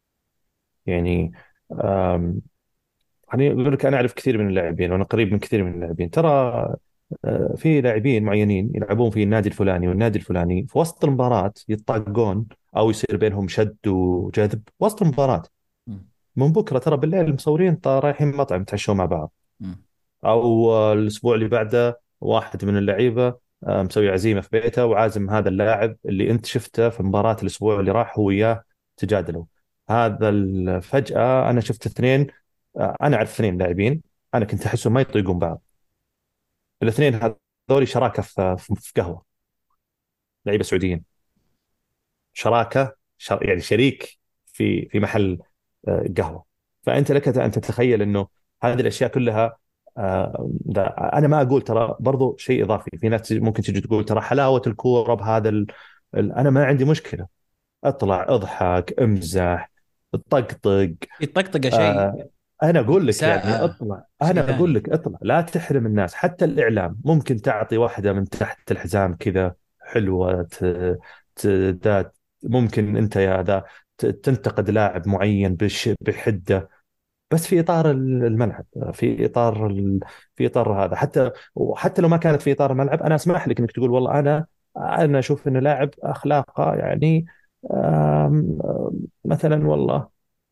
يعني أم، خليني اقول لك، انا اعرف كثير من اللاعبين، وانا قريب من كثير من اللاعبين. ترى آه، في لاعبين معينين يلعبون في النادي الفلاني والنادي الفلاني، في وسط المباراه يطاقون او يصير بينهم شد وجذب وسط المباراه. مم. من بكره ترى بالليل مصورين طا- رايحين مطعم يتعشوا مع بعض. مم. او آه، الاسبوع اللي بعده واحد من اللعيبه آه، مسوي عزيمه في بيته وعازم هذا اللاعب اللي انت شفته في مباراه الاسبوع اللي راح هو وياه تجادلوا. هذا ال- فجاه انا شفت اثنين، آه، انا اعرف اثنين لاعبين، انا كنت احسهم ما يطيقون بعض. الاثنين هذول شراكه في في قهوه، لعيبه سعوديين، شراكه شر... يعني شريك في في محل آه، قهوه. فانت لك ان تتخيل انه هذه الاشياء كلها. آه، ده انا ما اقول ترى برضو شيء اضافي، في ناس ممكن تجي تقول ترى حلاوه الكوره بهذا ال... ال... انا ما عندي مشكله، اطلع اضحك امزح طقطق. الطقطقه شيء، آه انا اقول لك يعني الاساءه اطلع، شيء انا اقول ثاني. لك اطلع، لا تحرم الناس. حتى الاعلام ممكن تعطي واحده من تحت الحزام كذا حلوه، ت... ت... ذات، ممكن انت يا ذا ت- تنتقد لاعب معين بش... بحده، بس في اطار الملعب، في اطار ال... في اطار هذا. حتى وحتى لو ما كانت في اطار الملعب، انا اسمح لك انك تقول والله انا انا اشوف ان لاعب اخلاقه يعني آم، آم، مثلا والله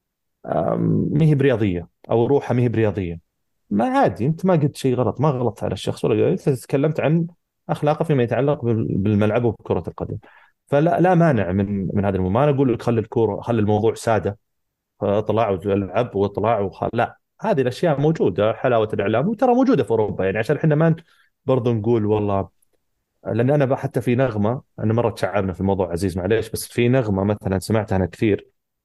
آم، ما هي برياضيه، او روحه ما هي برياضيه. ما عادي، انت ما قلت شيء غلط، ما غلطت على الشخص ولا انت تكلمت عن اخلاقه فيما يتعلق بال- بالملعب وبكره القدم. فلا لا مانع من من هذا الموضوع. ما أنا اقول لك خلي الكوره، خلي الموضوع ساده، اطلع والعب واطلع وخل... لا، هذه الاشياء موجوده، حلاوه الاعلام وترى موجوده في اوروبا، يعني عشان احنا ما ن- برضو نقول والله. لان انا حتى في نغمه، انا مره تشعبنا في الموضوع عزيز معليش، بس في نغمه مثلا سمعتها انا كثير،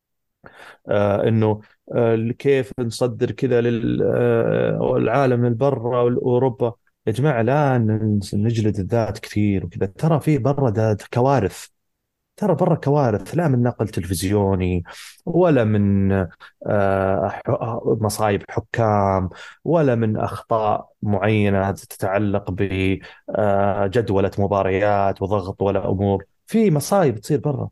آه انه آه كيف نصدر كذا للعالم من برا واوروبا. يا جماعه لا ن- نجلد الذات كثير وكذا، ترى في برا ده كوارث، ترى برا كوارث، لا من نقل تلفزيوني، ولا من آه، ح- مصايب حكام، ولا من أخطاء معينة تتعلق بجدولة مباريات وضغط، ولا أمور في مصايب تصير برا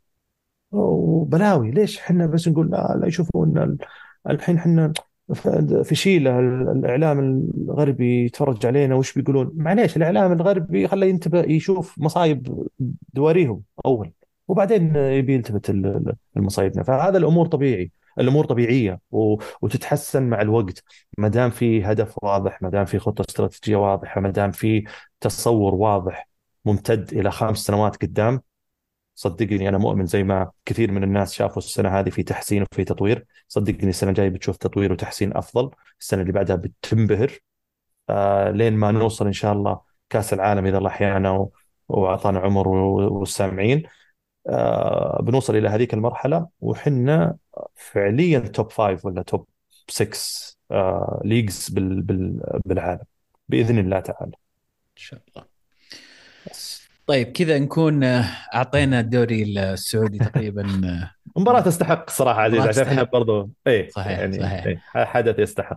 وبلاوي. ليش احنا بس نقول لا لا يشوفون ال- الحين احنا في شيلة الإعلام الغربي يتفرج علينا وش بيقولون؟ معليش الإعلام الغربي خليه ينتبه يشوف مصايب دواريهم أول، وبعدين يبي يلتفت ال- المصايبنا. فهذا الأمور طبيعي، الأمور طبيعية و... وتتحسن مع الوقت، ما دام في هدف واضح، ما دام في خطة استراتيجية واضحة، ما دام في تصور واضح ممتد إلى خمس سنوات قدام. صدقني انا مؤمن زي ما كثير من الناس شافوا السنه هذه في تحسين وفي تطوير، صدقني السنه الجايه بتشوف تطوير وتحسين افضل، السنه اللي بعدها بتنبهر. آه لين ما نوصل ان شاء الله كاس العالم اذا الله احيانا و- واعطانا عمر و- والسامعين. آه بنوصل الى هذيك المرحله وحنا فعليا توب فايف ولا توب ستة آه ليجز بال بال بالعالم باذن الله تعالى. ان شاء الله. بس طيب كذا نكون آه، اعطينا الدوري السعودي تقريبا آه، مباراة تستحق صراحة عزيز، مباراة عشان احنا تستحق. برضو ايه صحيح يعني صحيح. ايه حدث يستحق.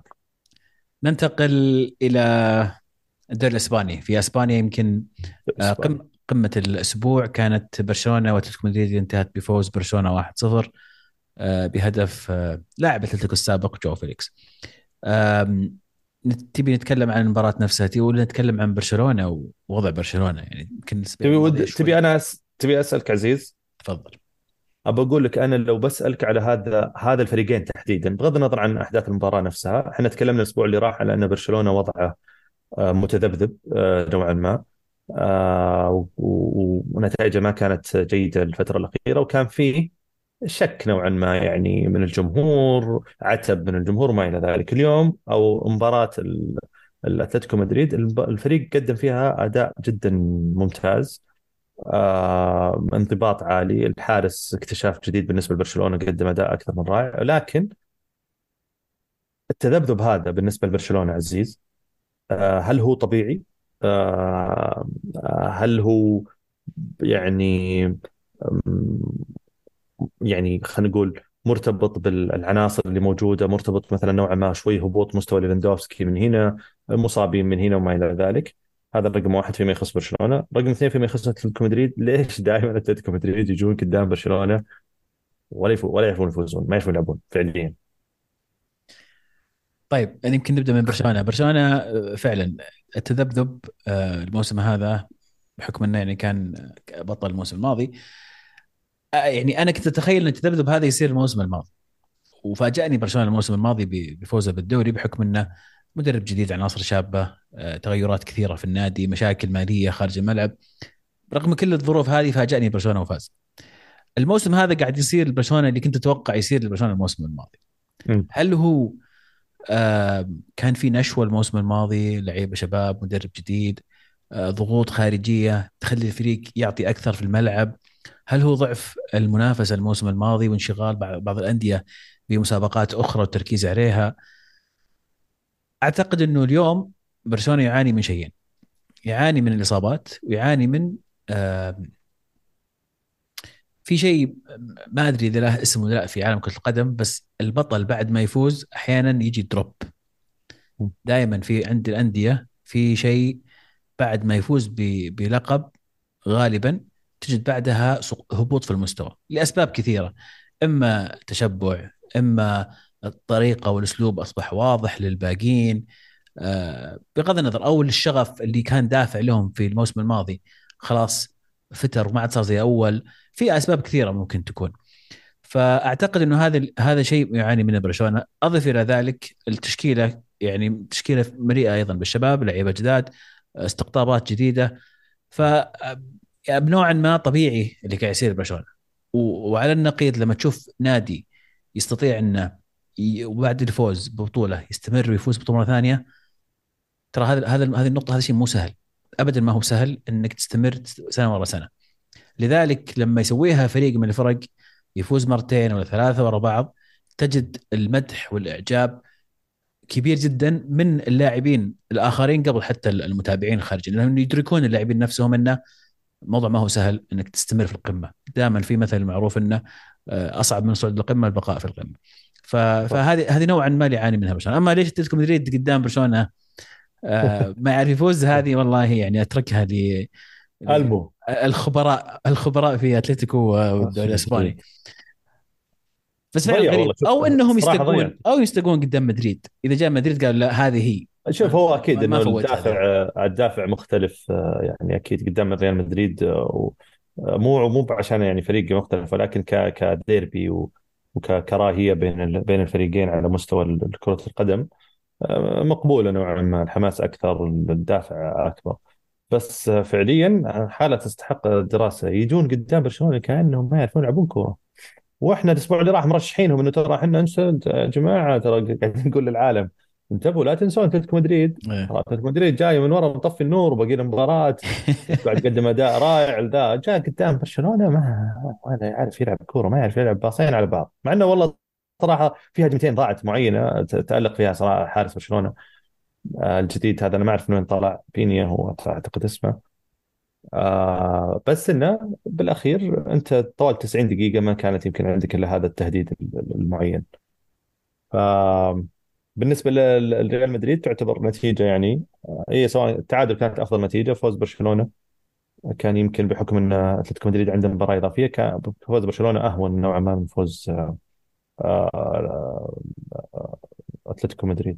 ننتقل الى الدوري الاسباني. في اسبانيا يمكن آه، اسبانيا. قم قمة الأسبوع كانت برشلونة وأتلتيكو مدريد، انتهت بفوز برشلونة واحد صفر آه، بهدف آه، لاعب أتلتيكو السابق جو فيليكس. آم، نت- تبي نتكلم عن المباراة نفسها تي ولا نتكلم عن برشلونة ووضع برشلونة؟ يعني يمكن الأسابيع تبي الماضية ود... تبي شوي. انا أس... تبي اسالك عزيز. تفضل. ابى اقول لك انا لو بسالك على هذا هذا الفريقين تحديدا بغض النظر عن احداث المباراه نفسها، احنا تكلمنا الاسبوع اللي راح على ان برشلونه وضعه آه، متذبذب آه، نوعا ما، آه، و- و- ونتائجه ما كانت جيده الفتره الاخيره، وكان فيه شك نوعا ما يعني من الجمهور، عتب من الجمهور وما الى ذلك. اليوم او مباراه ال- الاتلتيكو مدريد، الب- الفريق قدم فيها اداء جدا ممتاز، آه انضباط عالي، الحارس اكتشاف جديد بالنسبه لبرشلونه، قدم اداء اكثر من رائع. لكن التذبذب هذا بالنسبه لبرشلونه عزيز، آه هل هو طبيعي؟ آه آه، هل هو يعني يعني خلينا نقول مرتبط بالعناصر اللي موجوده، مرتبط مثلا نوعا ما شوي هبوط مستوى ليفاندوفسكي من هنا، مصابين من هنا وما الى ذلك. هذا الرقم واحد فيما يخص برشلونه. رقم اثنين فيما يخص اتلتيكو مدريد، ليش دائما اتلتيكو مدريد يجون قدام برشلونه ولا يفو ولا يعرفون يفوزون، ما يعرفون يلعبون فعليا. طيب يعني يمكن نبدأ من برشلونة. برشلونة آه، فعلا التذبذب آه، الموسم هذا بحكم أنه يعني كان بطل الموسم الماضي. آه، يعني أنا كنت أتخيل أن التذبذب هذا يصير الموسم الماضي، وفاجأني برشلونة الموسم الماضي ب- بفوزه بالدوري بحكم انه مدرب جديد، عناصر شابة، آه، تغيرات كثيرة في النادي، مشاكل مالية خارج الملعب. رغم كل الظروف هذه فاجأني برشلونة وفاز. الموسم هذا قاعد يصير برشلونة اللي كنت اتوقع يصير لبرشلونة الموسم الماضي. مم. هل هو آه، كان في نشوة الموسم الماضي، لعيبة شباب، مدرب جديد، آه، ضغوط خارجية تخلي الفريق يعطي أكثر في الملعب. هل هو ضعف المنافسة الموسم الماضي وانشغال بعض بعض الأندية بمسابقات أخرى والتركيز عليها؟ أعتقد أنه اليوم برشلونة يعاني من شيئين: يعاني من الإصابات، ويعاني من آه، في شيء ما أدري إذا له اسم ولا لا في عالم كرة القدم، بس البطل بعد ما يفوز أحيانا يجي دروب. دائما في عند الأندية في شيء، بعد ما يفوز ب- بلقب غالبا تجد بعدها سق- هبوط في المستوى لأسباب كثيرة. إما تشبع، إما الطريقة والأسلوب أصبح واضح للباقين، آه، بغض النظر، أو الشغف اللي كان دافع لهم في الموسم الماضي خلاص فتر وما عاد صار زي أول. في أسباب كثيرة ممكن تكون. فاعتقد انه هذا هذا شيء يعاني منه برشلونه. اضف الى ذلك التشكيله، يعني تشكيله مليئه ايضا بالشباب، لعيبه جداد، استقطابات جديده. ف بنوع ما طبيعي اللي قاعد يصير برشلونه. و- وعلى النقيض لما تشوف نادي يستطيع انه ي- وبعد الفوز ببطوله يستمر ويفوز ببطوله مره ثانيه، ترى هذا هذا هذه النقطه، هذا شيء مو سهل ابدا. ما هو سهل انك تستمر سنه ورا سنه. لذلك لما يسويها فريق من الفرق، يفوز مرتين ولا ثلاثة ورا بعض، تجد المدح والإعجاب كبير جدا من اللاعبين الآخرين قبل حتى المتابعين الخارجيين، لأنهم يدركون اللاعبين نفسهم أنه موضوع ما هو سهل أنك تستمر في القمة. دائما في مثل معروف أنه آه، أصعب من صعود القمة البقاء في القمة. ف- فهذه هذه نوعا ما اللي يعاني منها برشلونة. أما ليش أتلتيكو مدريد قدام برشلونة آه، ما يعرف يفوز؟ هذه والله يعني أتركها ل ألمو. الخبراء الخبراء في اتلتيكو والدوري في الاسباني. مدريد بس فعلا ضيع والله، غريب، شوف او انهم الصراحة ضيع. يستقون او يستقون قدام مدريد. اذا جاء مدريد قال لا هذه هي، شوف ما, هو ما, اكيد ما انه فوت هذه. الدافع الدافع مختلف، آه، يعني اكيد قدام ريال مدريد، آه، و- آه، مو مو عشان يعني فريق مختلف، ولكن ك كديربي و- وككراهيه بين ال- بين الفريقين على مستوى ال- كرة القدم. آه، مقبوله نوعا ما، الحماس اكثر، الدافع اكبر. بس آه، فعليا حاله تستحق الدراسه، يجون قدام برشلونه كانهم ما يعرفون يلعبون كوره. واحنا الاسبوع اللي راح مرشحينهم انه ترى احنا انسى يا جماعه، ترى قاعدين نقول للعالم انتبهوا لا تنسون اتلتيكو مدريد. إيه. ترى اتلتيكو مدريد جاي من ورا مطفي النور وباقي المباراه، قاعد يقدم اداء رائع. ذا جاء قدام برشلونه ما ولا يعرف يلعب كوره، ما يعرف يلعب باصين على بعض، مع انه والله صراحه في هجمتين ضاعت معينه ت- تالق فيها صراحه حارس برشلونه آه، الجديد هذا، انا ما اعرف من وين طلع، بينيا هو اعتقد اسمه. آه بس انه بالاخير انت طوال تسعين دقيقه ما كانت يمكن عندك الا هذا التهديد المعين. ف بالنسبه لل- لريال مدريد تعتبر نتيجه يعني، آه، هي سواء التعادل كانت افضل نتيجه، فوز برشلونه كان يمكن بحكم ان اتلتيكو مدريد عنده مباراه اضافيه، كان فوز برشلونه اهون نوعا ما من فوز آه، آه، اتلتيكو مدريد.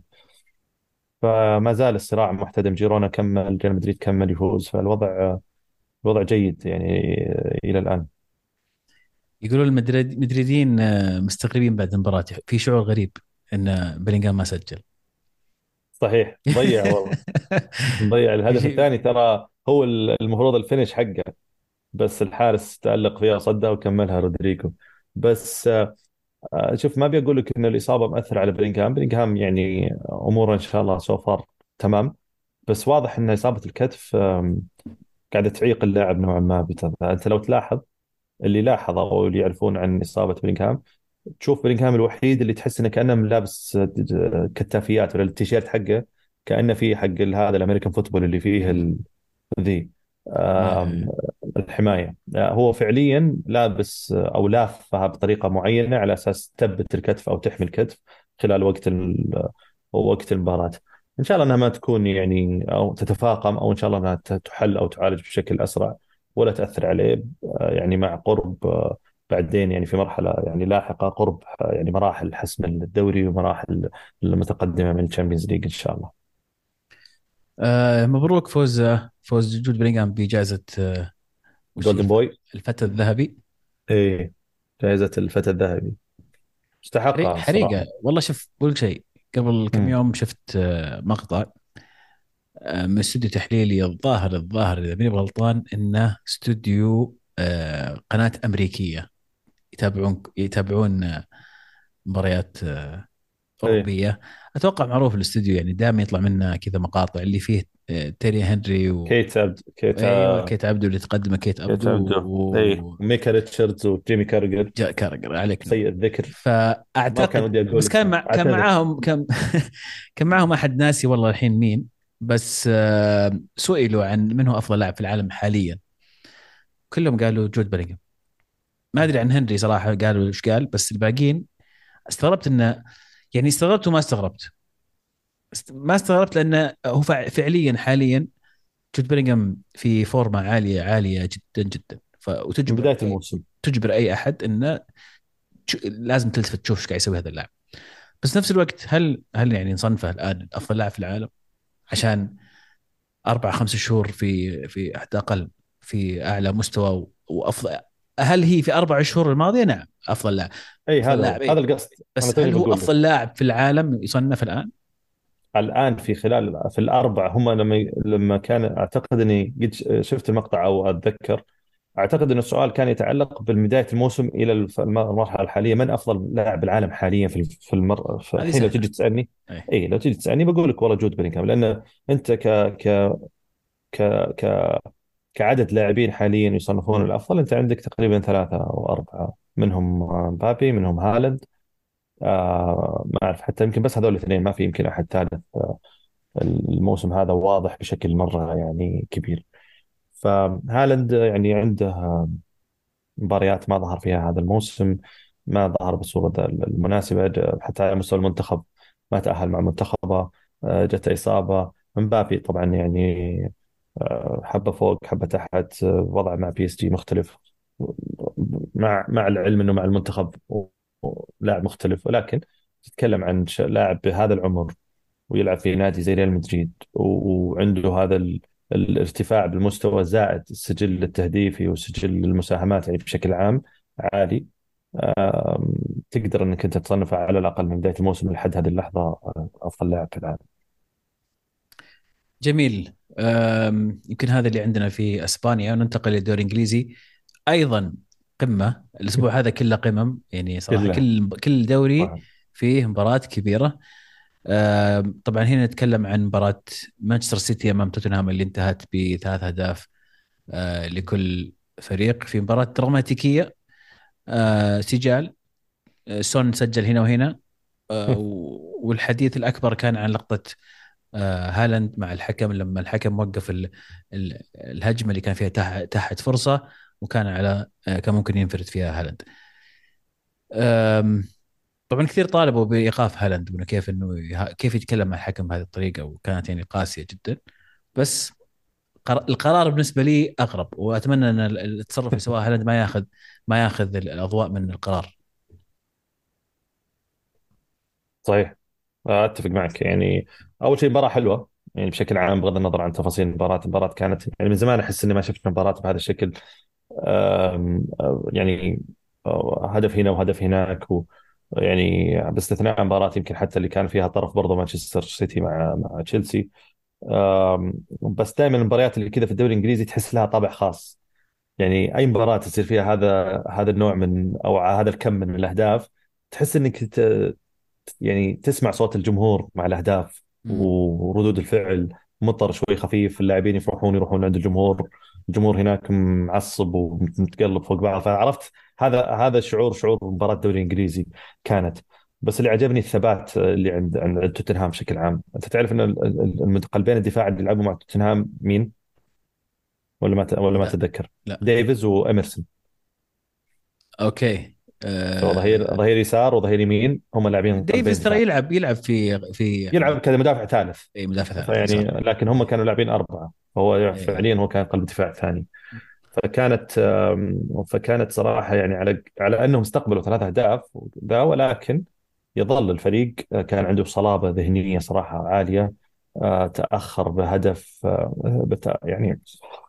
فما زال الصراع محتدم، جيرونا كمل، ريال مدريد كمل يفوز، فالوضع الوضع جيد يعني الى الان. يقولون المدريد- المدريديين آه، مستغربين بعد المباراة، في شعور غريب ان بلينغهام ما سجل. صحيح ضيع والله، ضيع في الهدف شيء. الثاني، ترى هو المفروض الفينش حقه، بس الحارس تألق فيها وصدها وكملها رودريجو. بس آه، شوف ما بيقول لك ان الاصابه مأثره على بلينغهام، بلينغهام يعني اموره ان شاء الله سو فار تمام، بس واضح ان اصابه الكتف آم، قاعده تعيق اللاعب نوعا ما بتذا. انت لو تلاحظ، اللي لاحظ او اللي يعرفون عن اصابه بلينغهام، تشوف بلينغهام الوحيد اللي تحس انه كانه لابس آه، كتافيات، ولا التيشيرت حقه كانه فيه حق هذا الامريكان فوتبول اللي فيه ذي آم، آه، الحماية. آه، هو فعليا لابس آه، أو لافها بطريقة معينة على أساس تثبت الكتف أو تحمي الكتف خلال وقت ال- وقت المباراة. إن شاء الله أنها ما تكون يعني أو تتفاقم، أو إن شاء الله أنها ت- تحل أو تعالج بشكل أسرع ولا تأثر عليه، آه، يعني مع قرب آه، بعدين يعني في مرحلة يعني لاحقة، قرب آه، يعني مراحل حسم الدوري ومراحل المتقدمة من الشامبيونز ليج إن شاء الله. آه، مبروك فوز آه، فوز جود بلينغهام بجائزة آه، وش هي جولدن الف- بوي. الفتى الذهبي. إيه، جائزة الفتى الذهبي حري- استحقها حريقة الصراحة. والله. شوف بقول لك شيء، قبل كم امم يوم شفت آه، مقطع آه، من استوديو تحليلي، الظاهر الظاهر اذا ماني غلطان انه استوديو آه، قناة امريكية، يتابعون يتابعون آه، مباريات آه، ايه اوروبيه. اتوقع معروف الاستوديو، يعني دائما يطلع منه كذا مقاطع اللي فيه آه، تيري هنري و... كيت عبد كيت ايوه ع- كيت عبدو اللي تقدمه كيت كيت عبدو عبده، ايه و... ميكا ريتشاردز وجيمي كارجر. جاء كارجر عليك نور. سيء الذكر. ما كان فاعتقد ودي اقول بس كان اسمه، مع كان اعتذر. معاهم كان كان معاهم احد ناسي والله الحين مين. بس آه، سئلوا عن من هو افضل لاعب في العالم حاليا، كلهم قالوا جود بلينغهام. ما ادري عن هنري صراحه قالوا ايش قال، بس الباقيين استغربت انه، يعني استغربت وما استغربت. است- ما استغربت لانه هو فع- فعليا حاليا جود بلينغهام في فورمه عاليه عاليه جدا جدا، ف... من وتجبر بدايه أي... الموسم. تجبر اي احد انه تش- لازم تلتفت تشوف ايش قاعد يسوي هذا اللاعب. بس نفس الوقت هل هل يعني نصنفه الان افضل لاعب في العالم عشان اربع خمس شهور في في حتى اقل في اعلى مستوى وافضل؟ هل هي في اربع شهور الماضيه؟ نعم افضل لاعب. اي افضل هذا هو، لاعب هذا اي. القصد. انا بس توني هل هو بقول افضل لك لاعب في العالم يصنف الان؟ الان في خلال في الاربع هم لما لما كان اعتقد اني قد شفت المقطع او اتذكر. اعتقد ان السؤال كان يتعلق بالبدايه الموسم الى الف- الم- المرحله الحاليه، من افضل لاعب بالعالم حاليا في في المر في هذه الحين لو سهله. تجي تسالني. اي. اي لو تجي تسالني بقول لك والله جود بلينغهام، لان انت ك ك ك ك كعدد لاعبين حاليا يصنفون الافضل، انت عندك تقريبا ثلاثه او اربعه، منهم مبابي، منهم هالاند. آه ما اعرف حتى، يمكن بس هذول الاثنين، ما في يمكن احد ثالث. آه الموسم هذا واضح بشكل مره يعني كبير. فهالاند يعني عنده مباريات ما ظهر فيها هذا الموسم، ما ظهر بالصورة المناسبة، ج- حتى على مستوى المنتخب ما تأهل مع منتخبه. آه، جته إصابة. مبابي طبعا يعني آه، حبة فوق حبة تحت. آه، وضعه مع بي اس جي مختلف، مع مع العلم انه مع المنتخب و- و- لاعب مختلف، ولكن تتكلم عن ش- لاعب بهذا العمر ويلعب في نادي زي ريال مدريد، و- وعنده هذا ال- الارتفاع بالمستوى، زائد السجل التهديفي وسجل المساهمات يعني بشكل عام عالي. آم، تقدر انك انت تصنفه على الاقل من بدايه الموسم لحد هذه اللحظه آه، افضل لاعب في العالم. جميل. أم، يمكن هذا اللي عندنا في اسبانيا، وننتقل للدوري الانجليزي. ايضا قمه الاسبوع هذا كله قمم، يعني صراحه كله كل كل دوري واحد. فيه مباراه كبيره. أم، طبعا هنا نتكلم عن مباراه مانشستر سيتي امام توتنهام اللي انتهت بثلاث اهداف أه، لكل فريق في مباراه دراماتيكيه. أه، سجال. أه، سون سجل هنا وهنا. أه، والحديث الاكبر كان عن لقطه آه، هالاند مع الحكم لما الحكم وقف ال- ال- الهجمه اللي كان فيها تح- تحت فرصه، وكان على آه، كان ممكن ينفرد فيها هالاند. آم، طبعا كثير طالبوا بايقاف هالاند، انه كيف انه يه- كيف يتكلم مع الحكم بهذه الطريقه، وكانت يعني قاسيه جدا. بس قر- القرار بالنسبه لي اغرب، واتمنى ان ال- التصرف اللي سواه هالاند ما ياخذ ما ياخذ الاضواء من القرار. صحيح. آه، اتفق معك يعني. اول شيء مباراه حلوه يعني بشكل عام، بغض النظر عن تفاصيل المباراه. المباراه كانت يعني من زمان احس اني ما شفت مباراه بهذا الشكل. آم، آه، يعني آه، هدف هنا وهدف هناك و يعني باستثناء مباراة يمكن حتى اللي كان فيها طرف برضه مانشستر سيتي مع مع تشيلسي. آم، بس دائما المباريات اللي كذا في الدوري الانجليزي تحس لها طابع خاص. يعني اي مباراة تصير فيها هذا هذا النوع من او هذا الكم من الاهداف، تحس انك ت- يعني تسمع صوت الجمهور مع الاهداف مم. وردود الفعل. مطر شوي خفيف، اللاعبين يفرحون يروحون عند الجمهور، الجمهور هناك معصب ومتقلب فوق بعض. فعرفت هذا هذا الشعور، شعور مباراة الدوري الانجليزي كانت. بس اللي عجبني الثبات اللي عند عند توتنهام بشكل عام. انت تعرف ان ال- ال- الم- قلبين الدفاع اللي يلعبوا مع توتنهام مين؟ ولا ما ت- ولا ما لا تتذكر؟ لا. ديفيز واميرسون. اوكي. سواء ظهير آه، ظهير يسار وظهير يمين، هم لاعبين قلبين ديفيز ترى دفاع. يلعب يلعب في في يلعب يعني كمدافع ثالث. اي مدافع ثالث، اي فيعني صح. لكن هم كانوا لاعبين أربعة، فهو اي. فعليا هو كان قلب دفاع ثاني. فكانت آم، فكانت صراحة يعني على على أنهم استقبلوا ثلاث أهداف ذا، ولكن يظل الفريق آه، كان عنده صلابة ذهنية صراحة عالية. آه، تأخر بهدف آه، بتا يعني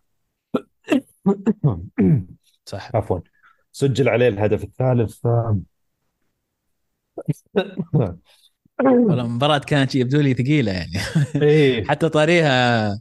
صح. عفوا. سجل عليه الهدف الثالث. آه، والله المباراة كانت يبدو لي ثقيلة يعني. ايه. حتى طاريها.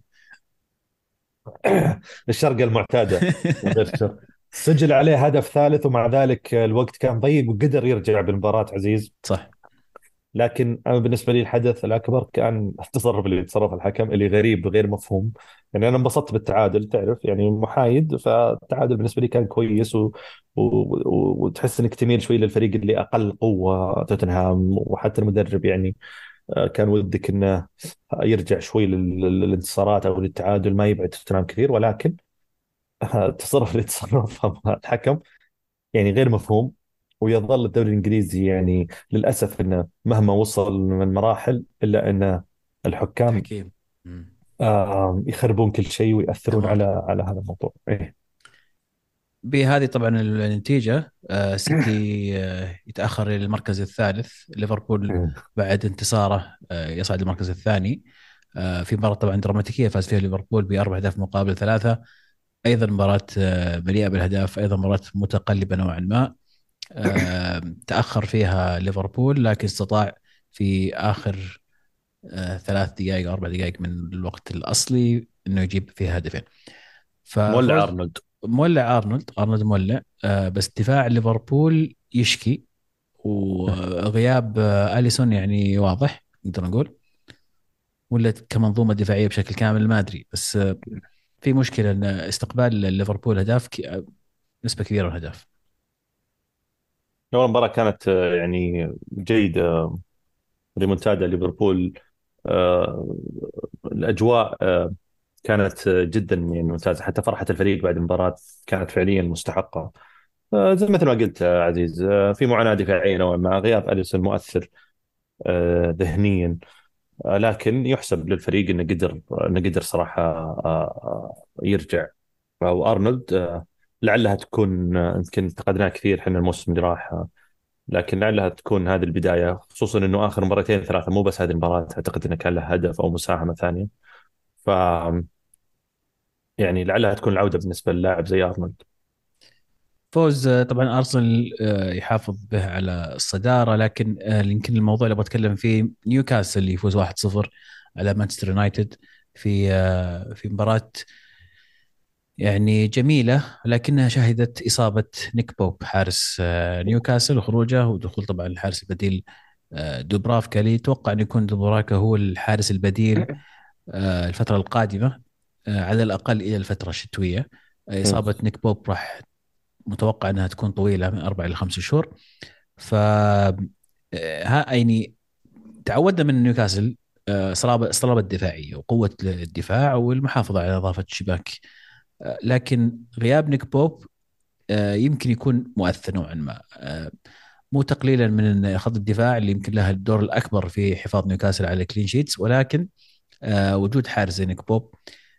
الشرقة المعتادة وغير الشرق. سجل عليه هدف ثالث، ومع ذلك الوقت كان ضيق وقدر يرجع بالمباراة عزيز. صح. لكن انا بالنسبه لي الحدث الاكبر كان التصرف اللي تصرف الحكم اللي غريب غير مفهوم. يعني انا انبسطت بالتعادل، تعرف يعني محايد، فالتعادل بالنسبه لي كان كويس و... و... و... وتحس انك تميل شوي للفريق اللي اقل قوه، توتنهام، وحتى المدرب يعني آه، كان ودك انه يرجع شوي لل- للانتصارات او للتعادل، ما يبعد توتنهام كثير. ولكن آه، التصرف اللي تصرفه الحكم يعني غير مفهوم. ويظل الدوري الانجليزي يعني للاسف انه مهما وصل من مراحل الا ان الحكام تحكيم. مم. آه، يخربون كل شيء ويأثرون تمام. على على هذا الموضوع. ايه. بهذه طبعا النتيجة، آه، سيتي آه، يتأخر إلى المركز الثالث. ليفربول مم. بعد انتصاره آه، يصعد المركز الثاني. آه، في مباراة طبعا دراماتيكية فاز فيها ليفربول بأربع أهداف مقابل ثلاثة. أيضا مباراة آه، مليئة بالأهداف، أيضا مباراة متقلبة نوعا ما. آه، تأخر فيها ليفربول لكن استطاع في آخر آه، ثلاث دقائق أو أربع دقائق من الوقت الأصلي أنه يجيب فيها هدفين. مولع ففوز. ارنولد. مولع ارنولد، ارنولد مولع. آه بس دفاع ليفربول يشكي، وغياب آه اليسون يعني واضح نقدر نقول، ولا كمنظومه دفاعيه بشكل كامل ما ادري. بس آه في مشكله ان استقبال ليفربول اهداف ك- آه، نسبه كبيره من الاهداف. اول مباراة كانت آه، يعني جيدة. ريمونتادا ليفربول. آه، الاجواء آه، كانت آه، جدا يعني ممتازة. حتى فرحة الفريق بعد المباراة كانت فعليا مستحقة. آه، زي مثل ما قلت يا عزيز، آه، في معاناة دفاعية نوعا ما، غياب أليسون مؤثر آه، ذهنيا. آه، لكن يحسب للفريق انه قدر انه قدر صراحة آه، آه، يرجع. وارنولد آه، لعلها تكون آه، يمكن انتقدناه كثير احنا الموسم اللي راح، آه، لكن لعلها تكون هذه البداية، خصوصا انه اخر مباراتين ثلاثة، مو بس هذه المباراة، اعتقد انه كان له هدف او مساهمة ثانية. ف يعني لعلها تكون العودة بالنسبة للاعب زي ارنولد. فوز آه طبعا ارسنال آه يحافظ به على الصداره، لكن آه يمكن الموضوع اللي ابغى اتكلم فيه نيوكاسل اللي يفوز واحد صفر على مانشستر يونايتد في آه في مباراه يعني جميلة، لكنها شهدت إصابة نيك بوب حارس آه، نيوكاسل وخروجه، ودخول طبعا الحارس البديل آه، دوبرافكا، اللي يتوقع أن يكون دوبرافكا هو الحارس البديل آه، الفترة القادمة، آه، على الأقل إلى الفترة الشتوية. آه، مم. إصابة نيك بوب راح متوقع أنها تكون طويلة من أربع إلى خمس شهور. ف آه، ها يعني تعودنا من نيوكاسل آه، صلابة صلابة الدفاعية وقوة الدفاع والمحافظة على نظافة الشباك. آه، لكن غياب نيك بوب آه، يمكن يكون مؤثر نوعا ما، آه، مو تقليلا من خط الدفاع اللي يمكن له الدور الاكبر في حفاظ نيوكاسل على الكلين شيتس، ولكن آه، وجود حارس زي نيك بوب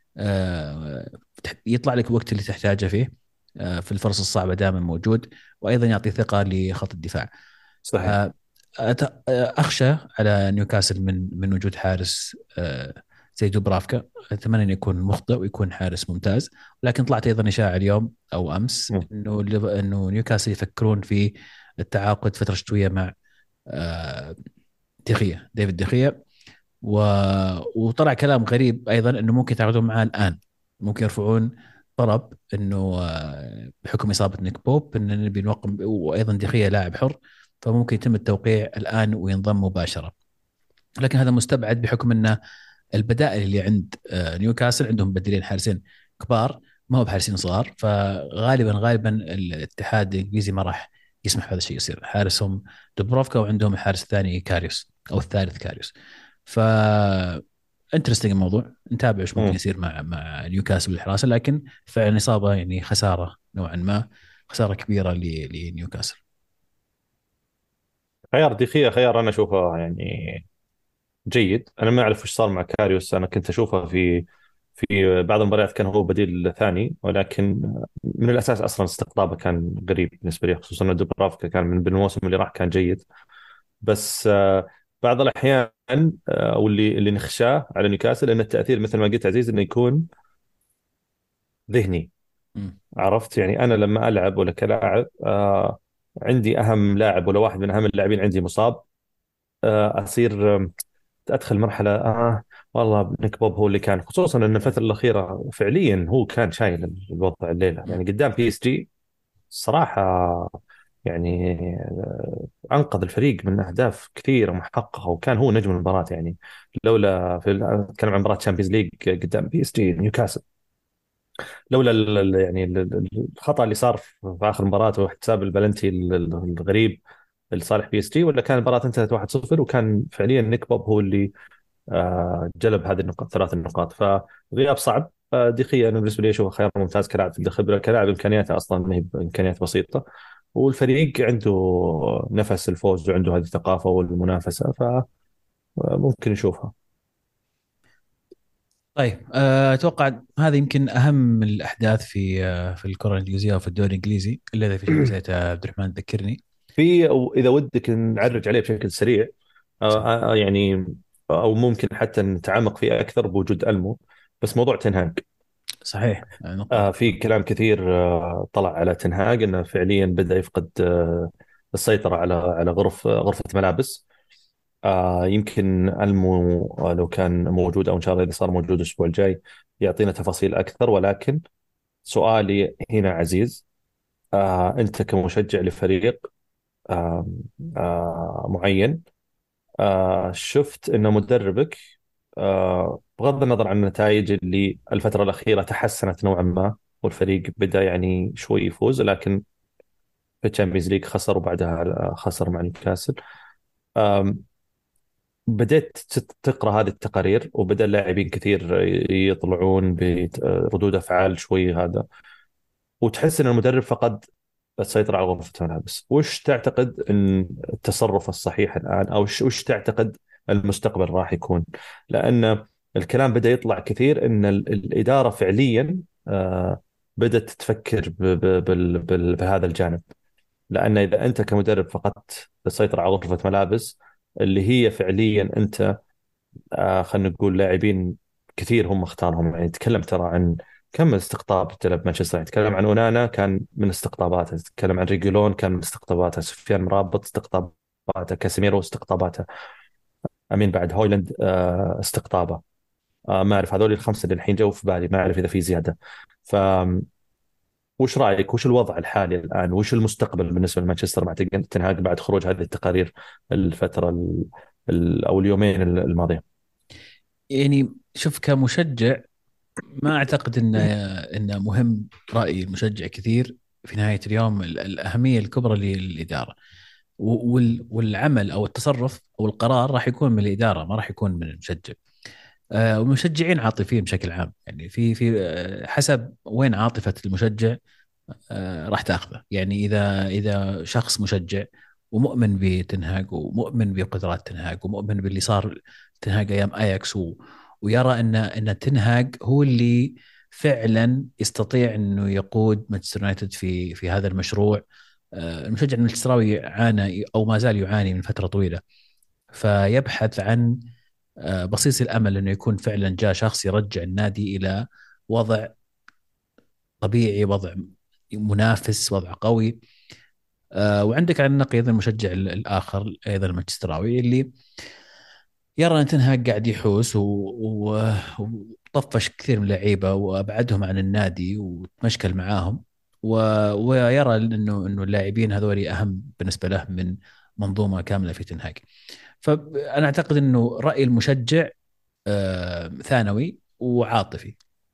آه، يطلع لك وقت اللي تحتاجه فيه، آه، في الفرص الصعبه دائما موجود، وايضا يعطي ثقه لخط الدفاع. صحيح. آه، أت- آه، اخشى على نيوكاسل من من وجود حارس آه، زي دوبرافكا. اتمنى انه يكون مخطئ ويكون حارس ممتاز، لكن طلعت ايضا اشاعه اليوم او امس مم. انه ليف- انه نيوكاسل يفكرون في التعاقد فتره شتويه مع آه، دخيا ديفيد دخيا. و... وطلع كلام غريب ايضا انه ممكن يتعاقدون معاه الان، ممكن يرفعون طلب انه آه، بحكم اصابه نيك بوب ان نبي نوقف، وايضا دخيا لاعب حر، فممكن يتم التوقيع الان وينضم مباشره. لكن هذا مستبعد بحكم ان البدائل اللي عند آه، نيوكاسل عندهم بديلين حارسين كبار، ما هو بحارسين صغار، فغالبا غالبا الاتحاد الانجليزي ما راح يسمح بهذا الشيء يصير. حارسهم دبروفكا وعندهم الحارس الثاني كاريوس او الثالث كاريوس. ف انترستنج الموضوع، نتابع ايش ممكن مم. يصير مع مع نيوكاسل بالحراسه، لكن فعلا اصابه يعني خساره نوعا ما، خساره كبيره ل- لنيوكاسل. خيار دخية خيار انا اشوفه يعني جيد. انا ما اعرف وش صار مع كاريوس، انا كنت اشوفه في في بعض المباريات كان هو بديل ثاني، ولكن من الاساس اصلا استقطابه كان غريب بالنسبه لي، خصوصا انه دوبرافكا كان من الموسم اللي راح كان جيد. بس آه، بعض الاحيان آه، او اللي اللي نخشاه على نيوكاسل ان التاثير مثل ما قلت عزيز انه يكون ذهني. مم. عرفت يعني انا لما العب ولا كلاعب آه، عندي اهم لاعب ولا واحد من اهم اللاعبين عندي مصاب، آه، اصير آه، ادخل مرحله آه والله نيك بوب هو اللي كان، خصوصا ان الفتره الاخيره فعليا هو كان شايل الوضع الليله، مم. يعني قدام بي اس جي الصراحه يعني آه، أنقذ الفريق من أهداف كثيرة محققة، وكان هو نجم المباراة يعني. لولا في أتكلم عن مباراة تشامبيونز ليج قدام بي اس جي نيوكاسل، لولا ال- ال- يعني ال- ال- الخطأ اللي صار في آخر مباراة واحتساب البلنتي ال- ال- الغريب لصالح بي اس جي، ولا كان المباراة انتهت واحد صفر، وكان فعليا نيك بوب هو اللي آه، جلب هذه النقاط، ثلاث النقاط. فغياب صعب. آه، دقيقة أنا بالنسبة لي أشوفه خيار ممتاز كلاعب عنده خبرة، كلاعب إمكانياته أصلا ما هي بإمكانيات بسيطة، والفريق عنده نفس الفوز وعنده هذه الثقافة والمنافسة، فممكن نشوفها. طيب، آه، اتوقع هذا يمكن اهم الاحداث في آه، في الكره الانجليزيه وفي الدوري الانجليزي، الا اذا في شيء نسيته عبد الرحمن ذكرني. في أو إذا ودك نعرج عليه بشكل سريع، سريع. آه، آه، يعني أو ممكن حتى نتعمق فيه أكثر بوجود ألمو. بس موضوع تنهاج، صحيح، آه، آه، نقطه. في كلام كثير آه، طلع على تنهاج انه فعليا بدأ يفقد آه، السيطرة على على غرف غرفة ملابس. آه، يمكن المو آه، لو كان موجود، او ان شاء الله اذا صار موجود الاسبوع الجاي يعطينا تفاصيل اكثر. ولكن سؤالي هنا عزيز، آه، انت كمشجع لفريق آه، آه، معين، آه، شفت ان مدربك آه، بغض النظر عن النتائج اللي الفترة الأخيرة تحسنت نوعا ما، والفريق بدأ يعني شوي يفوز، لكن في الشامبيونز ليج خسر وبعدها خسر مع نيوكاسل. أم، بديت تت- تقرأ هذه التقارير، وبدأ اللاعبين كثير يطلعون بردود أفعال شوي هذا، وتحس أن المدرب فقد السيطرة على غرفة الملابس. وش تعتقد أن التصرف الصحيح الآن، أو وش وش تعتقد المستقبل راح يكون؟ لأن الكلام بدأ يطلع كثير أن ال- الإدارة فعليا آه، بدأت تفكر ب- ب- بال- بال- بهذا الجانب. لأن إذا أنت كمدرب فقدت السيطرة على غرفة ملابس، اللي هي فعليا أنت آه خلينا نقول لاعبين كثير هم اختارهم، يعني تكلم ترى عن كم استقطاب تلعب مانشستر، يعني تكلم عن اونانا كان من استقطاباته، تكلم عن ريجولون كان من استقطاباته، سفيان مرابط استقطاباته، كاسيميرو استقطاباته، امين بعد هويلاند آه استقطابه. آه ما اعرف، هذول الخمسه اللي الحين جو في بالي، ما اعرف اذا في زياده. ف وش رايك، وش الوضع الحالي الان، وش المستقبل بالنسبه لمانشستر مع تنهاج بعد خروج هذه التقارير الفتره ال... ال... او اليومين الماضيه؟ يعني شوف، كمشجع ما اعتقد انه انه مهم راي المشجع كثير. في نهايه اليوم ال- الاهميه الكبرى للاداره، و- وال- والعمل او التصرف او القرار راح يكون من الاداره، ما راح يكون من المشجع. آه، والمشجعين عاطفيين بشكل عام، يعني في في آه، حسب وين عاطفه المشجع آه، راح تاخذه. يعني اذا اذا شخص مشجع ومؤمن بتنهاج ومؤمن بقدرات تنهاج ومؤمن باللي صار تنهاج ايام اياكس، و ويرى ان ان تنهاج هو اللي فعلا يستطيع انه يقود مانشستر يونايتد في في هذا المشروع. آه، المشجع المانشستراوي عانى او ما زال يعاني من فتره طويله، فيبحث عن آه، بصيص الامل انه يكون فعلا جاء شخص يرجع النادي الى وضع طبيعي، وضع منافس، وضع قوي. آه، وعندك على النقيض المشجع ال- الآخر أيضا المانشستراوي، اللي يرى أن تنهاج قاعد يحوس و- و- وطفش كثير من اللعيبة وأبعدهم عن النادي وتمشكل معاهم، و... ويرى أنه أنه اللاعبين هذول أهم بالنسبة له من منظومة كاملة في تنهاج. فأنا أعتقد أنه رأي المشجع آه، ثانوي وعاطفي،